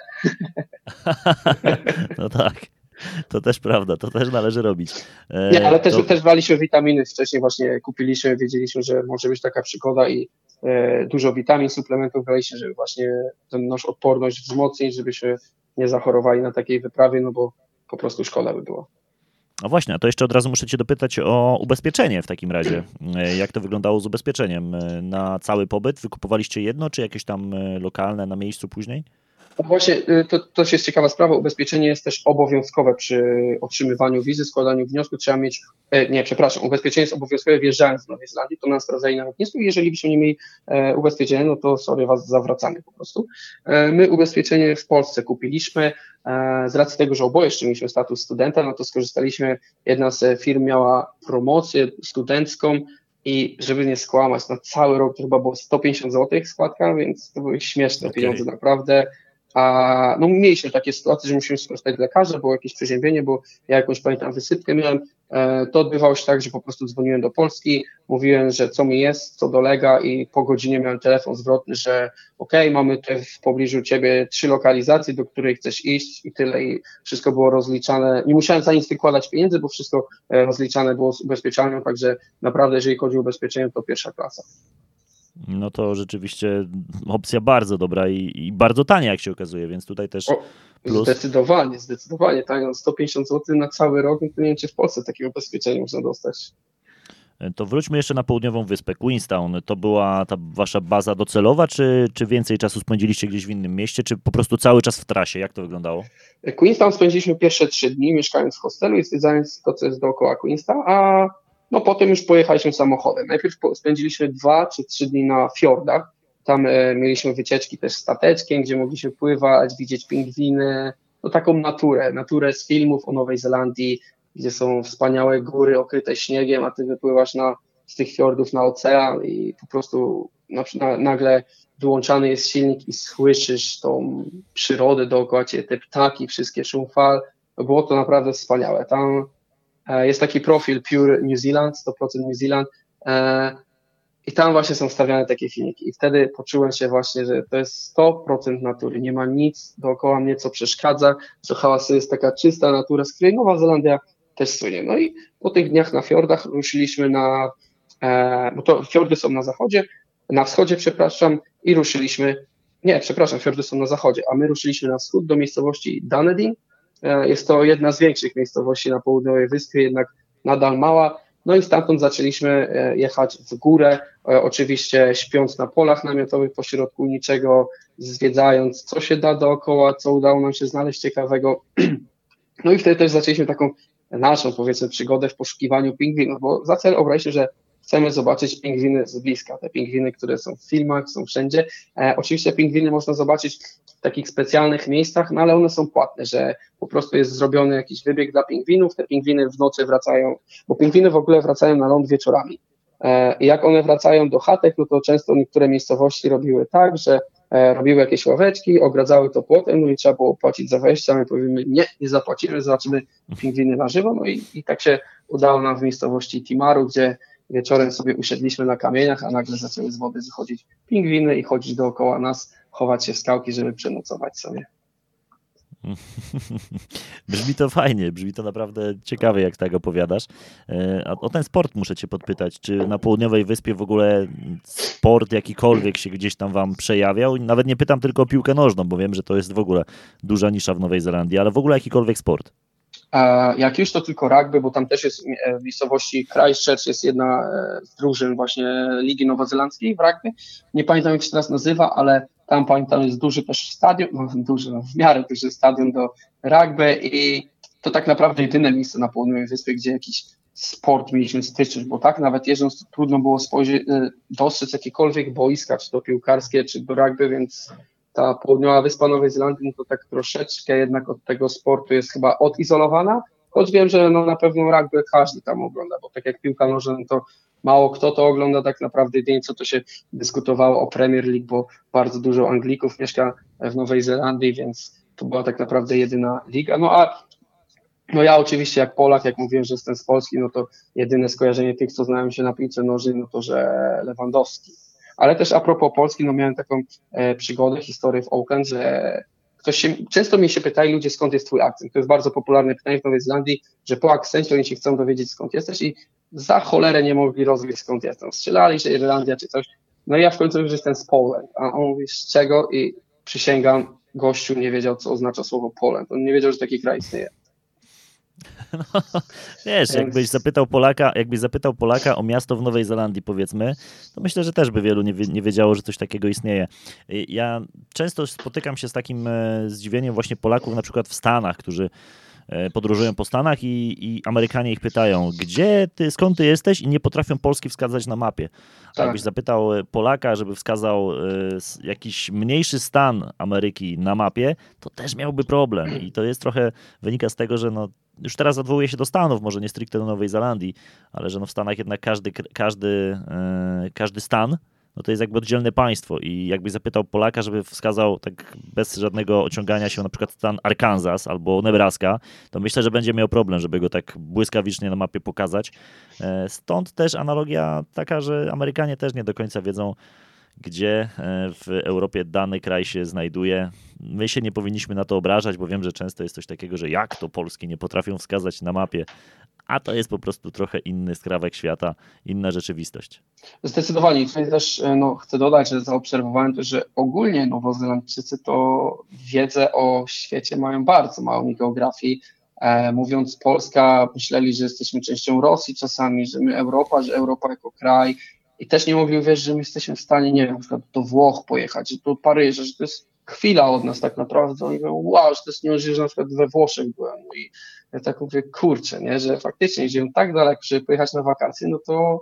No tak, to też prawda, to też należy robić.
Nie, ale też braliśmy witaminy wcześniej, właśnie kupiliśmy, wiedzieliśmy, że może być taka przygoda i dużo witamin, suplementów braliśmy, żeby właśnie tę naszą odporność wzmocnić, żebyśmy nie zachorowali na takiej wyprawie, no bo po prostu szkoda by było.
No właśnie, a to jeszcze od razu muszę cię dopytać o ubezpieczenie w takim razie. Jak to wyglądało z ubezpieczeniem? Na cały pobyt wykupowaliście jedno, czy jakieś tam lokalne na miejscu później?
No właśnie, to jest ciekawa sprawa. Ubezpieczenie jest też obowiązkowe przy otrzymywaniu wizy, składaniu wniosku. Trzeba mieć, ubezpieczenie jest obowiązkowe wjeżdżając do Nowej Zelandii, to nam sprawdzali na lotnisku i jeżeli byśmy nie mieli ubezpieczenia, no to sobie was zawracamy po prostu. My ubezpieczenie w Polsce kupiliśmy, z racji tego, że oboje jeszcze mieliśmy status studenta, no to skorzystaliśmy, jedna z firm miała promocję studencką i żeby nie skłamać, na cały rok to chyba było 150 zł składka, więc to były śmieszne pieniądze naprawdę. A no mieliśmy takie sytuacje, że musimy skorzystać z lekarza, było jakieś przeziębienie, bo ja jakąś pamiętam wysypkę miałem, to odbywało się tak, że po prostu dzwoniłem do Polski, mówiłem, że co mi jest, co dolega i po godzinie miałem telefon zwrotny, że okej, mamy tutaj w pobliżu ciebie 3 lokalizacje, do której chcesz iść i tyle i wszystko było rozliczane, nie musiałem za nic wykładać pieniędzy, bo wszystko rozliczane było z ubezpieczalnią, także naprawdę jeżeli chodzi o ubezpieczenie, to pierwsza klasa.
No to rzeczywiście opcja bardzo dobra i bardzo tania, jak się okazuje, więc tutaj też plus.
Zdecydowanie tania. 150 zł na cały rok, to nie wiem, czy w Polsce takiego ubezpieczenia można dostać.
To wróćmy jeszcze na południową wyspę. Queenstown, to była ta wasza baza docelowa, czy więcej czasu spędziliście gdzieś w innym mieście, czy po prostu cały czas w trasie? Jak to wyglądało?
Queenstown spędziliśmy pierwsze 3 dni, mieszkając w hostelu i zwiedzając to, co jest dookoła Queenstown, a potem już pojechaliśmy samochodem. Najpierw spędziliśmy 2 czy 3 dni na fiordach. tam mieliśmy wycieczki też stateczkiem, gdzie mogliśmy pływać, widzieć pingwiny, no taką naturę z filmów o Nowej Zelandii, gdzie są wspaniałe góry okryte śniegiem, a ty wypływasz z tych fiordów na ocean i po prostu nagle wyłączany jest silnik i słyszysz tą przyrodę dookoła ciebie, te ptaki, wszystkie szum fal. Było to naprawdę wspaniałe. Tam jest taki profil Pure New Zealand, 100% New Zealand, i tam właśnie są stawiane takie filmiki. I wtedy poczułem się właśnie, że to jest 100% natury. Nie ma nic dookoła mnie, co przeszkadza, co hałasuje, jest taka czysta natura, z której Nowa Zelandia też słynie. No i po tych dniach na fiordach ruszyliśmy bo to fiordy są na wschodzie, i ruszyliśmy, fiordy są na zachodzie, a my ruszyliśmy na wschód do miejscowości Dunedin. Jest to jedna z większych miejscowości na południowej wyspie, jednak nadal mała. No i stamtąd zaczęliśmy jechać w górę, oczywiście śpiąc na polach namiotowych pośrodku niczego, zwiedzając, co się da dookoła, co udało nam się znaleźć ciekawego. No i wtedy też zaczęliśmy taką naszą, powiedzmy, przygodę w poszukiwaniu pingwinów, bo za cel obraliśmy, że chcemy zobaczyć pingwiny z bliska. Te pingwiny, które są w filmach, są wszędzie. Oczywiście pingwiny można zobaczyć w takich specjalnych miejscach, no ale one są płatne, że po prostu jest zrobiony jakiś wybieg dla pingwinów, te pingwiny w nocy wracają, bo pingwiny w ogóle wracają na ląd wieczorami. I jak one wracają do chatek, no to często niektóre miejscowości robiły tak, że robiły jakieś ławeczki, ogradzały to płotem, no i trzeba było płacić za wejście, a my powiemy nie zapłacimy, zobaczymy pingwiny na żywo. No i tak się udało nam w miejscowości Timaru, gdzie wieczorem sobie usiedliśmy na kamieniach, a nagle zaczęły z wody wychodzić pingwiny i chodzić dookoła nas, chować się w skałki, żeby przenocować sobie.
Brzmi to fajnie, brzmi to naprawdę ciekawe, jak tak opowiadasz. A o ten sport muszę cię podpytać. Czy na południowej wyspie w ogóle sport jakikolwiek się gdzieś tam wam przejawiał? Nawet nie pytam tylko o piłkę nożną, bo wiem, że to jest w ogóle duża nisza w Nowej Zelandii, ale w ogóle jakikolwiek sport.
Jak już to tylko rugby, bo tam też jest w miejscowości Christchurch jest jedna z drużyn właśnie Ligi Nowozelandzkiej w rugby. Nie pamiętam, jak się teraz nazywa, ale tam pamiętam jest duży też stadion, w miarę duży stadion do rugby i to tak naprawdę jedyne miejsce na południowej wyspie, gdzie jakiś sport mieliśmy styczność, bo tak nawet jeżdżąc trudno było dostrzec jakiekolwiek boiska, czy to piłkarskie, czy do rugby, więc ta południowa wyspa Nowej Zelandii to tak troszeczkę jednak od tego sportu jest chyba odizolowana, choć wiem, że na pewno rugby każdy tam ogląda, bo tak jak piłka nożna, to mało kto to ogląda tak naprawdę. Jedynie co to się dyskutowało o Premier League, bo bardzo dużo Anglików mieszka w Nowej Zelandii, więc to była tak naprawdę jedyna liga. No ja oczywiście jak Polak, jak mówiłem, że jestem z Polski, no to jedyne skojarzenie tych, co znają się na piłce nożnej, no to, że Lewandowski. Ale też a propos Polski, no miałem taką przygodę, historię w Auckland, że często mnie się pytają ludzie, skąd jest twój akcent. To jest bardzo popularne pytanie w Nowej Zelandii, że po akcencie oni się chcą dowiedzieć, skąd jesteś i za cholerę nie mogli rozwijać, skąd jestem. Strzelali, że Irlandia czy coś. No i ja w końcu już jestem z Poland. A on mówi, z czego? I przysięgam, gościu nie wiedział, co oznacza słowo Poland. On nie wiedział, że taki kraj istnieje.
No, wiesz, jakbyś zapytał Polaka o miasto w Nowej Zelandii, powiedzmy, to myślę, że też by wielu nie wiedziało, że coś takiego istnieje. Ja często spotykam się z takim zdziwieniem właśnie Polaków na przykład w Stanach, którzy podróżują po Stanach i Amerykanie ich pytają, skąd ty jesteś, i nie potrafią Polski wskazać na mapie. A jakbyś zapytał Polaka, żeby wskazał jakiś mniejszy stan Ameryki na mapie, to też miałby problem. I to jest trochę, wynika z tego, że już teraz odwołuje się do Stanów, może nie stricte do Nowej Zelandii, ale że w Stanach jednak każdy stan no to jest jakby oddzielne państwo i jakbyś zapytał Polaka, żeby wskazał tak bez żadnego ociągania się na przykład stan Arkansas albo Nebraska, to myślę, że będzie miał problem, żeby go tak błyskawicznie na mapie pokazać. Stąd też analogia taka, że Amerykanie też nie do końca wiedzą, gdzie w Europie dany kraj się znajduje. My się nie powinniśmy na to obrażać, bo wiem, że często jest coś takiego, że jak to Polski nie potrafią wskazać na mapie, a to jest po prostu trochę inny skrawek świata, inna rzeczywistość.
Zdecydowanie. Tutaj też chcę dodać, że zaobserwowałem też, że ogólnie Nowozelandczycy to wiedzę o świecie mają bardzo małą geografii. Mówiąc Polska, myśleli, że jesteśmy częścią Rosji czasami, że my Europa, że Europa jako kraj. I też nie mogli uwierzyć, że my jesteśmy w stanie, nie wiem, na przykład do Włoch pojechać, że do Paryża, że to jest chwila od nas tak naprawdę. Oni mówią, wow, że to jest niemożliwe, że na przykład we Włoszech byłem. No i ja tak mówię, kurczę, nie, że faktycznie, jeśli tak daleko, żeby pojechać na wakacje, no to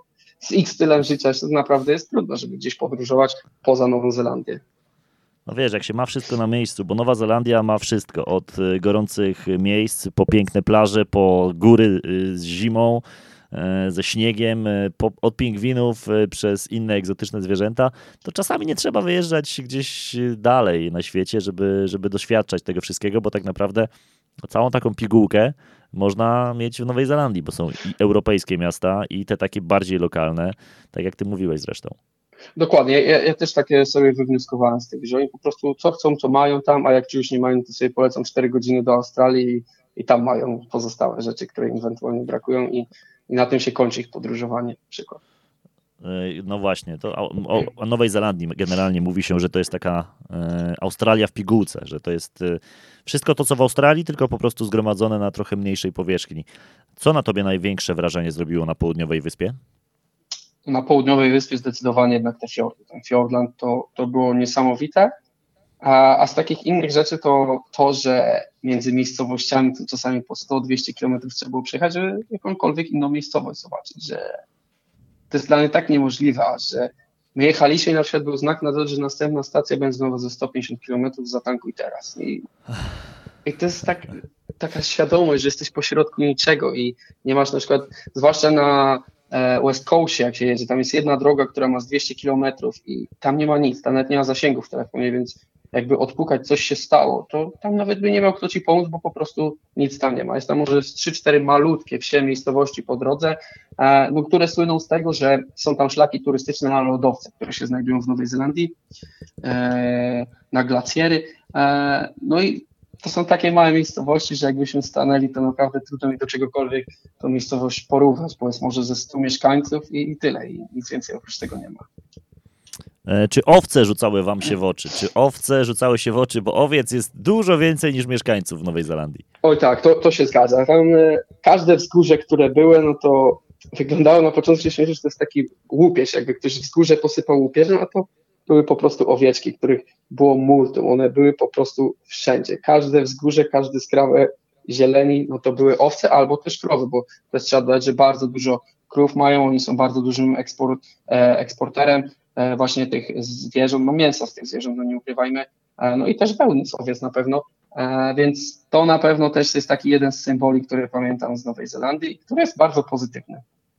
z ich stylem życia to naprawdę jest trudno, żeby gdzieś podróżować poza Nową Zelandię.
No wiesz, jak się ma wszystko na miejscu, bo Nowa Zelandia ma wszystko, od gorących miejsc, po piękne plaże, po góry z zimą, ze śniegiem, od pingwinów przez inne egzotyczne zwierzęta, to czasami nie trzeba wyjeżdżać gdzieś dalej na świecie, żeby doświadczać tego wszystkiego, bo tak naprawdę całą taką pigułkę można mieć w Nowej Zelandii, bo są i europejskie miasta, i te takie bardziej lokalne, tak jak ty mówiłeś zresztą.
Dokładnie, ja też takie sobie wywnioskowałem z tego, że oni po prostu co chcą, co mają tam, a jak czegoś nie mają, to sobie polecą 4 godziny do Australii i tam mają pozostałe rzeczy, które im ewentualnie brakują i na tym się kończy ich podróżowanie na przykład.
No właśnie, to o Nowej Zelandii generalnie mówi się, że to jest taka Australia w pigułce, że to jest wszystko to, co w Australii, tylko po prostu zgromadzone na trochę mniejszej powierzchni. Co na tobie największe wrażenie zrobiło na Południowej Wyspie?
Na Południowej Wyspie zdecydowanie jednak te fiordy. Ten Fiordland to było niesamowite, a z takich innych rzeczy to, że między miejscowościami to czasami po 100-200 kilometrów trzeba było przejechać, żeby jakąkolwiek inną miejscowość zobaczyć, że to jest dla mnie tak niemożliwe, że my jechaliśmy i na przykład był znak na drodze, że następna stacja benzynowa za 150 km, zatankuj teraz. I to jest taka świadomość, że jesteś pośrodku niczego i nie masz na przykład, zwłaszcza na West Coastie, jak się jedzie, tam jest jedna droga, która ma z 200 km i tam nie ma nic, tam nawet nie ma zasięgu w telefonie, więc jakby odpukać coś się stało, to tam nawet by nie miał kto ci pomóc, bo po prostu nic tam nie ma. Jest tam może 3-4 malutkie wsie, miejscowości po drodze, które słyną z tego, że są tam szlaki turystyczne na lodowce, które się znajdują w Nowej Zelandii, na glacjery. No i to są takie małe miejscowości, że jakbyśmy stanęli, to naprawdę trudno mi do czegokolwiek tą miejscowość porównać, bo jest może ze 100 mieszkańców i tyle, i nic więcej oprócz tego nie ma.
Czy owce rzucały wam się w oczy? Czy owce rzucały się w oczy? Bo owiec jest dużo więcej niż mieszkańców w Nowej Zelandii.
Oj tak, to się zgadza. Tam każde wzgórze, które były, no to wyglądało na początku śmiesznie, że to jest taki łupież, jakby ktoś wzgórze posypał łupieżem, a to były po prostu owieczki, których było multum. One były po prostu wszędzie. Każde wzgórze, każdy skrawek zieleni, no to były owce albo też krowy, bo też trzeba dodać, że bardzo dużo krów mają, oni są bardzo dużym eksporterem właśnie tych zwierząt, no mięsa z tych zwierząt, no nie ukrywajmy, no i też wełny z owiec na pewno, więc to na pewno też jest taki jeden z symboli, który pamiętam z Nowej Zelandii, który jest bardzo pozytywny.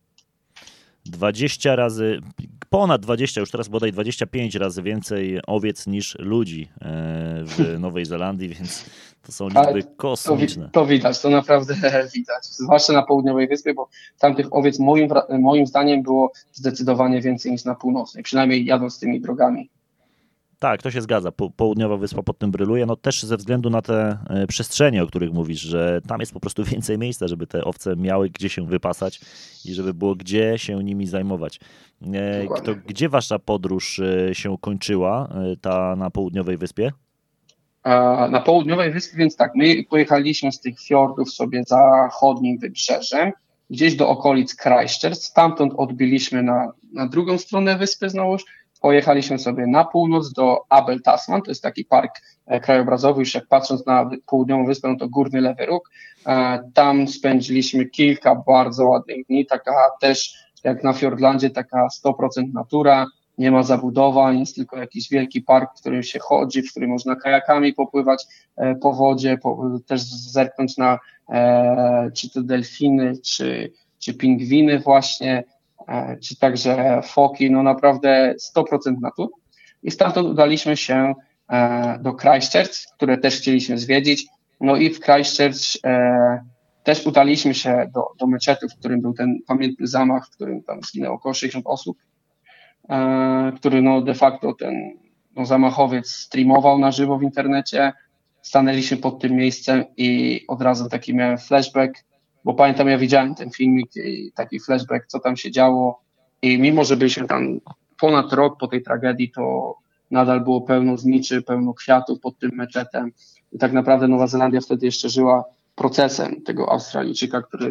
20 razy, ponad 20, już teraz bodaj 25 razy więcej owiec niż ludzi w Nowej Zelandii, więc to są liczby kosmiczne.
To widać, to naprawdę widać, zwłaszcza na Południowej Wyspie, bo tam tych owiec moim zdaniem było zdecydowanie więcej niż na północnej, przynajmniej jadąc tymi drogami.
Tak, to się zgadza. Południowa Wyspa pod tym bryluje, no też ze względu na te przestrzenie, o których mówisz, że tam jest po prostu więcej miejsca, żeby te owce miały gdzie się wypasać i żeby było gdzie się nimi zajmować. Gdzie wasza podróż się kończyła, ta na Południowej Wyspie?
Na Południowej Wyspie, więc tak, my pojechaliśmy z tych fiordów sobie zachodnim wybrzeżem, gdzieś do okolic Christchurch, stamtąd odbiliśmy na drugą stronę wyspy znowuż, pojechaliśmy sobie na północ do Abel Tasman, to jest taki park krajobrazowy, już jak patrząc na Południową Wyspę, no to Górny Lewy Róg. Tam spędziliśmy kilka bardzo ładnych dni, taka też jak na Fiordlandzie, taka 100% natura, nie ma zabudowań, jest tylko jakiś wielki park, w którym się chodzi, w którym można kajakami popływać po wodzie, też zerknąć na czy to delfiny, czy pingwiny właśnie, czy także foki, no naprawdę 100% natur. I stamtąd udaliśmy się do Christchurch, które też chcieliśmy zwiedzić. No i w Christchurch też udaliśmy się do meczetu, w którym był ten pamiętny zamach, w którym tam zginęło około 60 osób, który no de facto ten zamachowiec streamował na żywo w internecie. Stanęliśmy pod tym miejscem i od razu taki miałem flashback, bo pamiętam, ja widziałem ten filmik i taki flashback, co tam się działo i mimo, że byliśmy tam ponad rok po tej tragedii, to nadal było pełno zniczy, pełno kwiatów pod tym meczetem i tak naprawdę Nowa Zelandia wtedy jeszcze żyła procesem tego Australijczyka, który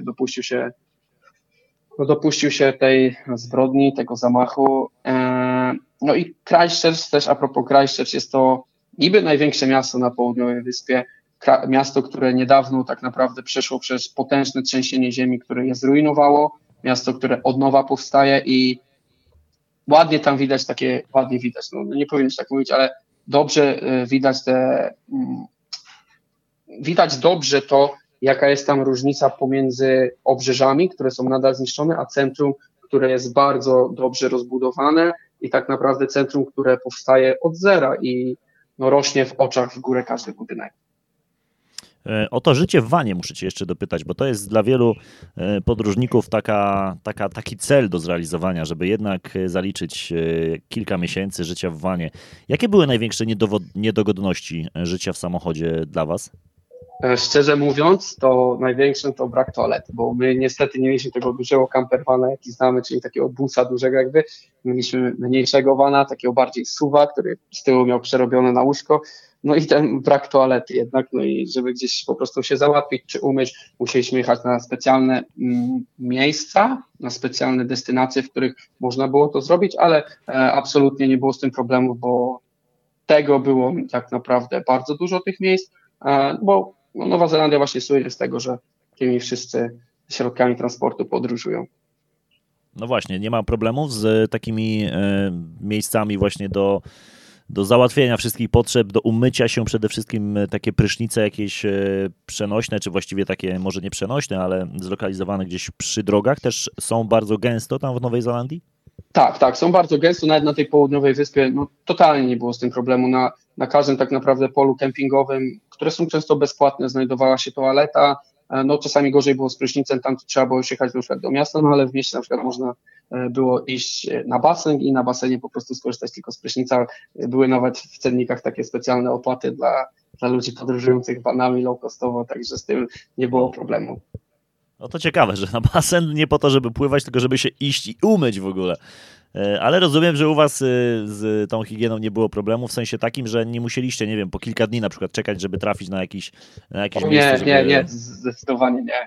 dopuścił się tej zbrodni, tego zamachu. No i Christchurch też, a propos Christchurch, jest to niby największe miasto na Południowej Wyspie, miasto, które niedawno tak naprawdę przeszło przez potężne trzęsienie ziemi, które je zrujnowało. miasto, które od nowa powstaje i ładnie tam widać ładnie widać, no nie powinienem tak mówić, ale dobrze widać widać dobrze to, jaka jest tam różnica pomiędzy obrzeżami, które są nadal zniszczone, a centrum, które jest bardzo dobrze rozbudowane i tak naprawdę centrum, które powstaje od zera i no, rośnie w oczach w górę każdy budynek.
O to życie w vanie muszę cię jeszcze dopytać, bo to jest dla wielu podróżników taki cel do zrealizowania, żeby jednak zaliczyć kilka miesięcy życia w vanie. Jakie były największe niedogodności życia w samochodzie dla was?
Szczerze mówiąc, to największym to brak toalety, bo my niestety nie mieliśmy tego dużego campervana, jaki znamy, czyli takiego busa dużego jakby. Mieliśmy mniejszego vana, takiego bardziej SUV-a, który z tyłu miał przerobione na łóżko. No i ten brak toalety jednak, no i żeby gdzieś po prostu się załatwić czy umyć, musieliśmy jechać na specjalne miejsca, na specjalne destynacje, w których można było to zrobić, ale absolutnie nie było z tym problemu, bo tego było tak naprawdę bardzo dużo tych miejsc, bo Nowa Zelandia właśnie słynie z tego, że tymi wszyscy środkami transportu podróżują.
No właśnie, nie ma problemów z takimi miejscami właśnie do załatwienia wszystkich potrzeb, do umycia się przede wszystkim, takie prysznice jakieś przenośne, czy właściwie takie może nie przenośne, ale zlokalizowane gdzieś przy drogach też są bardzo gęsto tam w Nowej Zelandii?
Tak, są bardzo gęsto, nawet na tej południowej wyspie, no totalnie nie było z tym problemu. Na każdym tak naprawdę polu kempingowym, które są często bezpłatne, znajdowała się toaleta. No czasami gorzej było z prysznicem, tam trzeba było już jechać na przykład do miasta, no ale w mieście na przykład można było iść na basen i na basenie po prostu skorzystać tylko z prysznica. Były nawet w cennikach takie specjalne opłaty dla ludzi podróżujących vanami low-costowo, także z tym nie było problemu.
No to ciekawe, że na basen nie po to, żeby pływać, tylko żeby się iść i umyć w ogóle. Ale rozumiem, że u was z tą higieną nie było problemu, w sensie takim, że nie musieliście, nie wiem, po kilka dni na przykład czekać, żeby trafić na jakieś miejsce.
Nie, zdecydowanie nie.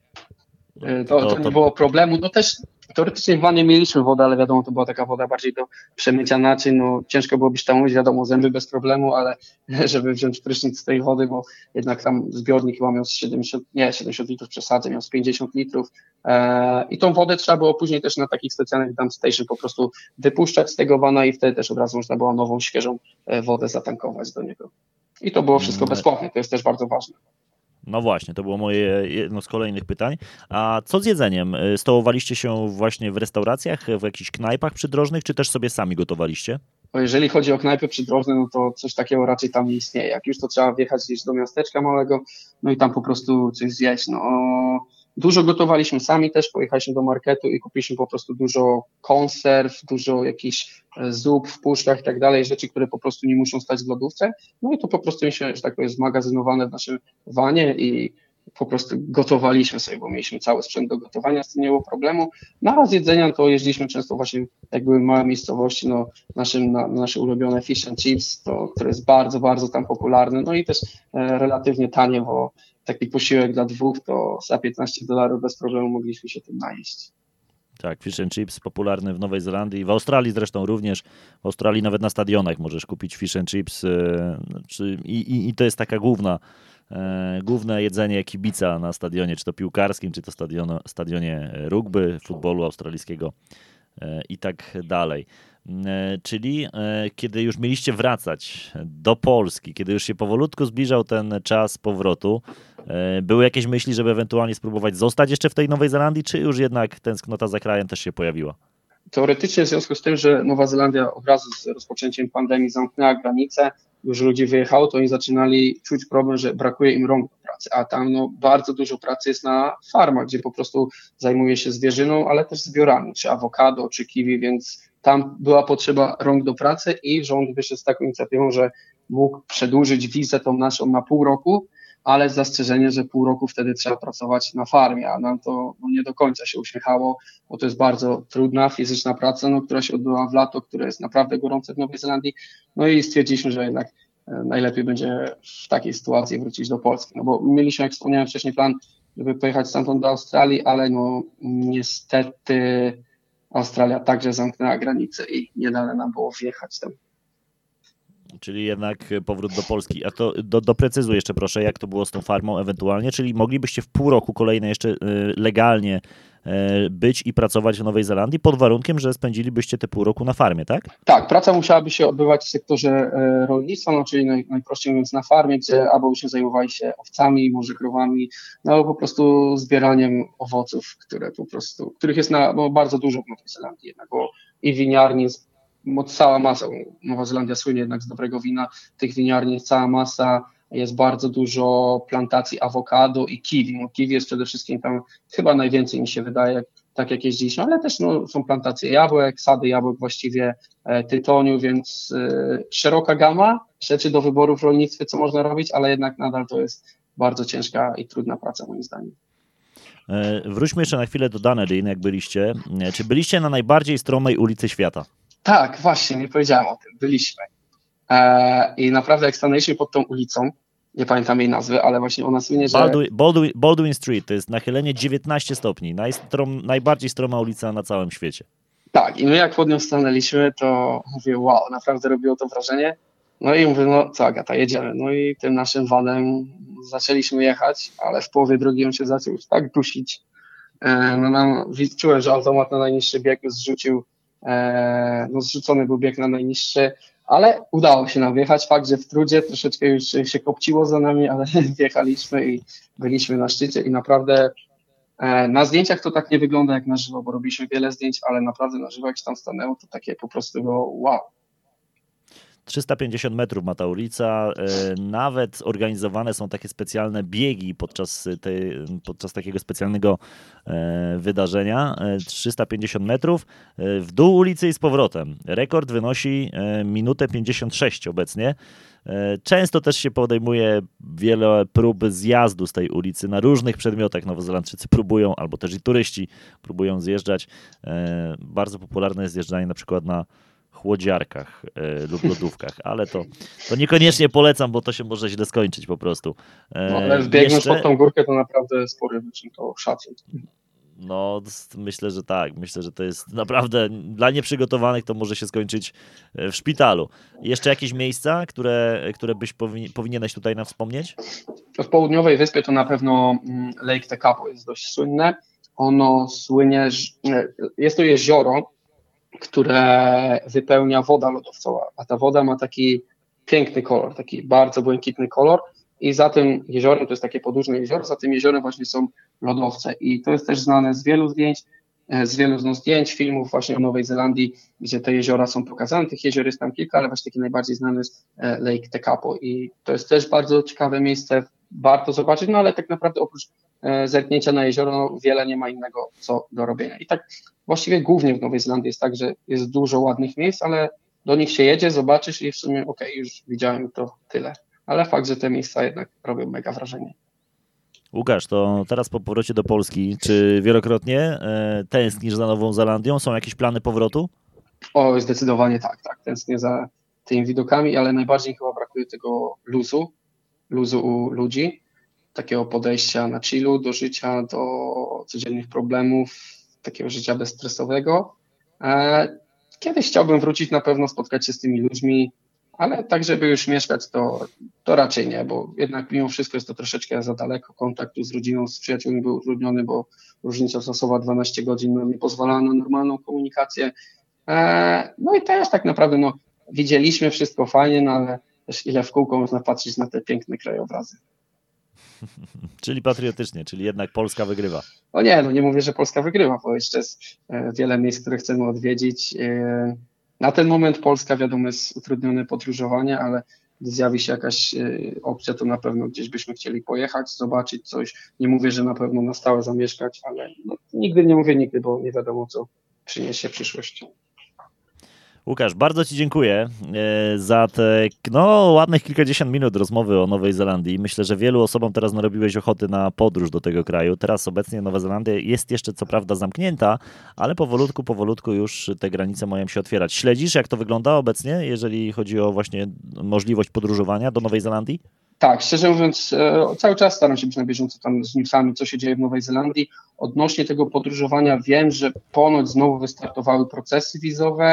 To nie było problemu. No też teoretycznie w wannie mieliśmy wodę, ale wiadomo, to była taka woda bardziej do przemycia naczyń. No ciężko byłoby się tam umyć, wiadomo, zęby bez problemu, ale żeby wziąć prysznic z tej wody, bo jednak tam zbiornik chyba miał 70 litrów przesadzę, miał z 50 litrów. I tą wodę trzeba było później też na takich specjalnych dump station po prostu wypuszczać z tego wana i wtedy też od razu można było nową, świeżą wodę zatankować do niego. I to było wszystko bezpłatne, to jest też bardzo ważne.
No właśnie, to było moje jedno z kolejnych pytań. A co z jedzeniem? Stołowaliście się właśnie w restauracjach, w jakichś knajpach przydrożnych, czy też sobie sami gotowaliście?
Jeżeli chodzi o knajpy przydrożne, no to coś takiego raczej tam nie istnieje. Jak już to trzeba wjechać gdzieś do miasteczka małego, no i tam po prostu coś zjeść. No, dużo gotowaliśmy sami też, pojechaliśmy do marketu i kupiliśmy po prostu dużo konserw, dużo jakichś zup w puszkach i tak dalej, rzeczy, które po prostu nie muszą stać w lodówce. No i to po prostu się, że tak powiem, zmagazynowane w naszym wanie i po prostu gotowaliśmy sobie, bo mieliśmy cały sprzęt do gotowania, z tym nie było problemu. Na z jedzenia to jeździliśmy często właśnie, jak były małe miejscowości, no nasze ulubione fish and chips, które jest bardzo, bardzo tam popularne, no i też relatywnie tanie, bo taki posiłek dla dwóch to za $15 bez problemu mogliśmy się tym najeść.
Tak, fish and chips popularny w Nowej Zelandii, w Australii zresztą również. W Australii nawet na stadionach możesz kupić fish and chips i to jest taka główne jedzenie kibica na stadionie, czy to piłkarskim, czy to stadionie rugby, futbolu australijskiego i tak dalej. Czyli kiedy już mieliście wracać do Polski, kiedy już się powolutku zbliżał ten czas powrotu, były jakieś myśli, żeby ewentualnie spróbować zostać jeszcze w tej Nowej Zelandii, czy już jednak tęsknota za krajem też się pojawiła?
Teoretycznie w związku z tym, że Nowa Zelandia od razu z rozpoczęciem pandemii zamknęła granice, już ludzi wyjechało, to oni zaczynali czuć problem, że brakuje im rąk do pracy, a tam bardzo dużo pracy jest na farmach, gdzie po prostu zajmuje się zwierzyną, ale też zbiorami, czy awokado, czy kiwi, więc tam była potrzeba rąk do pracy i rząd wyszedł z taką inicjatywą, że mógł przedłużyć wizę tą naszą na pół roku, ale z zastrzeżeniem, że pół roku wtedy trzeba pracować na farmie, a nam to nie do końca się uśmiechało, bo to jest bardzo trudna fizyczna praca, która się odbyła w lato, które jest naprawdę gorące w Nowej Zelandii, no i stwierdziliśmy, że jednak najlepiej będzie w takiej sytuacji wrócić do Polski, no bo mieliśmy, jak wspomniałem wcześniej, plan, żeby pojechać stamtąd do Australii, ale niestety Australia także zamknęła granice i nie dane nam było wjechać tam.
Czyli jednak powrót do Polski. A to doprecyzuj jeszcze proszę, jak to było z tą farmą ewentualnie, czyli moglibyście w pół roku kolejne jeszcze legalnie być i pracować w Nowej Zelandii pod warunkiem, że spędzilibyście te pół roku na farmie, tak?
Tak, praca musiałaby się odbywać w sektorze rolnictwa, no, czyli najprościej mówiąc na farmie, gdzie albo byśmy zajmowali się owcami, może krowami, no albo po prostu zbieraniem owoców, których jest bardzo dużo w Nowej Zelandii jednak, bo i winiarni jest cała masa. Nowa Zelandia słynie jednak z dobrego wina, tych winiarni jest cała masa, jest bardzo dużo plantacji awokado i kiwi. No, kiwi jest przede wszystkim tam chyba najwięcej, mi się wydaje, tak jak jeździliśmy, ale też są plantacje jabłek, sady jabłek właściwie, tytoniu, więc szeroka gama rzeczy do wyboru w rolnictwie, co można robić, ale jednak nadal to jest bardzo ciężka i trudna praca moim zdaniem.
Wróćmy jeszcze na chwilę do Dunedin, jak byliście. Czy byliście na najbardziej stromej ulicy świata?
Tak, właśnie, nie powiedziałem o tym. Byliśmy. I naprawdę jak stanęliśmy pod tą ulicą, nie pamiętam jej nazwy, ale właśnie ona słynie, że...
Baldwin Street, to jest nachylenie 19 stopni, najbardziej stroma ulica na całym świecie.
Tak, i my jak pod nią stanęliśmy, to mówię, wow, naprawdę robiło to wrażenie. No i mówię, no co Agata, jedziemy. No i tym naszym vanem zaczęliśmy jechać, ale w połowie drogi on się zaczął już tak dusić. Czułem, że automat na najniższy bieg zrzucił, zrzucony był bieg na najniższy, ale udało się nam wjechać. Fakt, że w trudzie troszeczkę już się kopciło za nami, ale wjechaliśmy i byliśmy na szczycie i naprawdę na zdjęciach to tak nie wygląda jak na żywo, bo robiliśmy wiele zdjęć, ale naprawdę na żywo jak się tam stanęło, to takie po prostu było wow.
350 metrów ma ta ulica, nawet organizowane są takie specjalne biegi podczas takiego specjalnego wydarzenia. 350 metrów w dół ulicy i z powrotem. Rekord wynosi minutę 56 obecnie. Często też się podejmuje wiele prób zjazdu z tej ulicy na różnych przedmiotach. Nowozelandczycy próbują, albo też i turyści próbują zjeżdżać. Bardzo popularne jest zjeżdżanie na przykład na chłodziarkach lub lodówkach, ale to niekoniecznie polecam, bo to się może źle skończyć po prostu.
No, ale wbiegnąć pod tą górkę to naprawdę spory wyczyn, to szacun.
No, myślę, że tak. Myślę, że to jest naprawdę dla nieprzygotowanych to może się skończyć w szpitalu. Jeszcze jakieś miejsca, które byś powinieneś tutaj nam wspomnieć?
W południowej wyspie to na pewno Lake Tekapo jest dość słynne. Ono słynie, jest to jezioro, które wypełnia woda lodowcowa, a ta woda ma taki piękny kolor, taki bardzo błękitny kolor i za tym jeziorem, to jest takie podłużne jezioro, za tym jeziorem właśnie są lodowce i to jest też znane z wielu zdjęć, filmów właśnie o Nowej Zelandii, gdzie te jeziora są pokazane, tych jezior jest tam kilka, ale właśnie taki najbardziej znany jest Lake Tekapo i to jest też bardzo ciekawe miejsce, warto zobaczyć, no ale tak naprawdę oprócz zerknięcia na jezioro, no, wiele nie ma innego co do robienia. I tak właściwie głównie w Nowej Zelandii jest tak, że jest dużo ładnych miejsc, ale do nich się jedzie, zobaczysz i w sumie już widziałem to tyle. Ale fakt, że te miejsca jednak robią mega wrażenie.
Łukasz, to teraz po powrocie do Polski, czy wielokrotnie tęsknisz za Nową Zelandią? Są jakieś plany powrotu?
O, zdecydowanie tak. Tęsknię za tymi widokami, ale najbardziej chyba brakuje tego luzu u ludzi, takiego podejścia na chillu, do życia, do codziennych problemów, takiego życia bezstresowego. Kiedyś chciałbym wrócić na pewno, spotkać się z tymi ludźmi, ale tak, żeby już mieszkać, to raczej nie, bo jednak mimo wszystko jest to troszeczkę za daleko. Kontaktu z rodziną, z przyjaciółmi był utrudniony, bo różnica czasowa 12 godzin nam nie pozwalała na normalną komunikację. No i też tak naprawdę widzieliśmy wszystko fajnie, no ale też ile w kółko można patrzeć na te piękne krajobrazy.
Czyli patriotycznie, czyli jednak Polska wygrywa.
Nie mówię, że Polska wygrywa, bo jeszcze jest wiele miejsc, które chcemy odwiedzić. Na ten moment Polska, wiadomo, jest utrudnione podróżowanie, ale gdy zjawi się jakaś opcja, to na pewno gdzieś byśmy chcieli pojechać, zobaczyć coś. Nie mówię, że na pewno na stałe zamieszkać, ale nigdy nie mówię nigdy, bo nie wiadomo, co przyniesie przyszłość.
Łukasz, bardzo Ci dziękuję za te ładnych kilkadziesiąt minut rozmowy o Nowej Zelandii. Myślę, że wielu osobom teraz narobiłeś ochoty na podróż do tego kraju. Teraz obecnie Nowa Zelandia jest jeszcze co prawda zamknięta, ale powolutku już te granice mają się otwierać. Śledzisz, jak to wygląda obecnie, jeżeli chodzi o właśnie możliwość podróżowania do Nowej Zelandii?
Tak, szczerze mówiąc, cały czas staram się być na bieżąco tam z newsami, co się dzieje w Nowej Zelandii. Odnośnie tego podróżowania wiem, że ponoć znowu wystartowały procesy wizowe,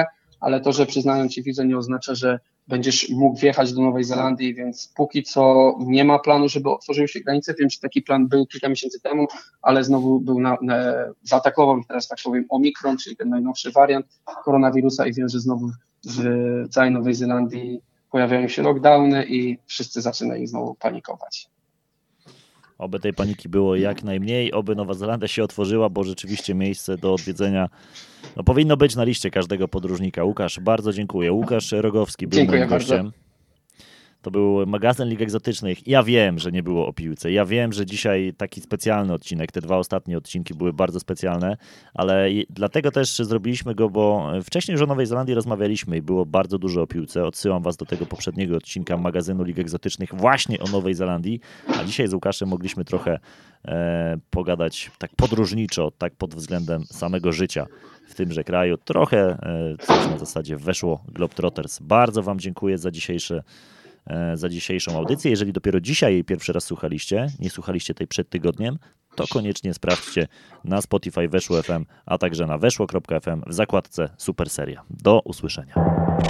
ale to, że przyznają ci wizę, nie oznacza, że będziesz mógł wjechać do Nowej Zelandii, więc póki co nie ma planu, żeby otworzyły się granice. Wiem, że taki plan był kilka miesięcy temu, ale znowu był zaatakował ich teraz, tak powiem, Omikron, czyli ten najnowszy wariant koronawirusa i wiem, że znowu w całej Nowej Zelandii pojawiają się lockdowny i wszyscy zaczynają znowu panikować.
Oby tej paniki było jak najmniej, oby Nowa Zelandia się otworzyła, bo rzeczywiście miejsce do odwiedzenia powinno być na liście każdego podróżnika. Łukasz, bardzo dziękuję. Łukasz Rogowski był moim gościem. To był magazyn Lig Egzotycznych. Ja wiem, że nie było o piłce. Ja wiem, że dzisiaj taki specjalny odcinek, te 2 ostatnie odcinki były bardzo specjalne, ale dlatego też zrobiliśmy go, bo wcześniej już o Nowej Zelandii rozmawialiśmy i było bardzo dużo o piłce. Odsyłam was do tego poprzedniego odcinka magazynu Lig Egzotycznych właśnie o Nowej Zelandii, a dzisiaj z Łukaszem mogliśmy trochę pogadać tak podróżniczo, tak pod względem samego życia w tymże kraju. Trochę coś na zasadzie weszło Globetrotters. Bardzo wam dziękuję za dzisiejszą audycję. Jeżeli dopiero dzisiaj jej pierwszy raz słuchaliście, nie słuchaliście tej przed tygodniem, to koniecznie sprawdźcie na Spotify Weszło FM, a także na weszło.fm w zakładce Super Seria. Do usłyszenia.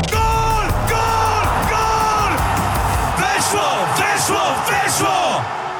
Gol! Gol! Gol! Weszło! Weszło! Weszło!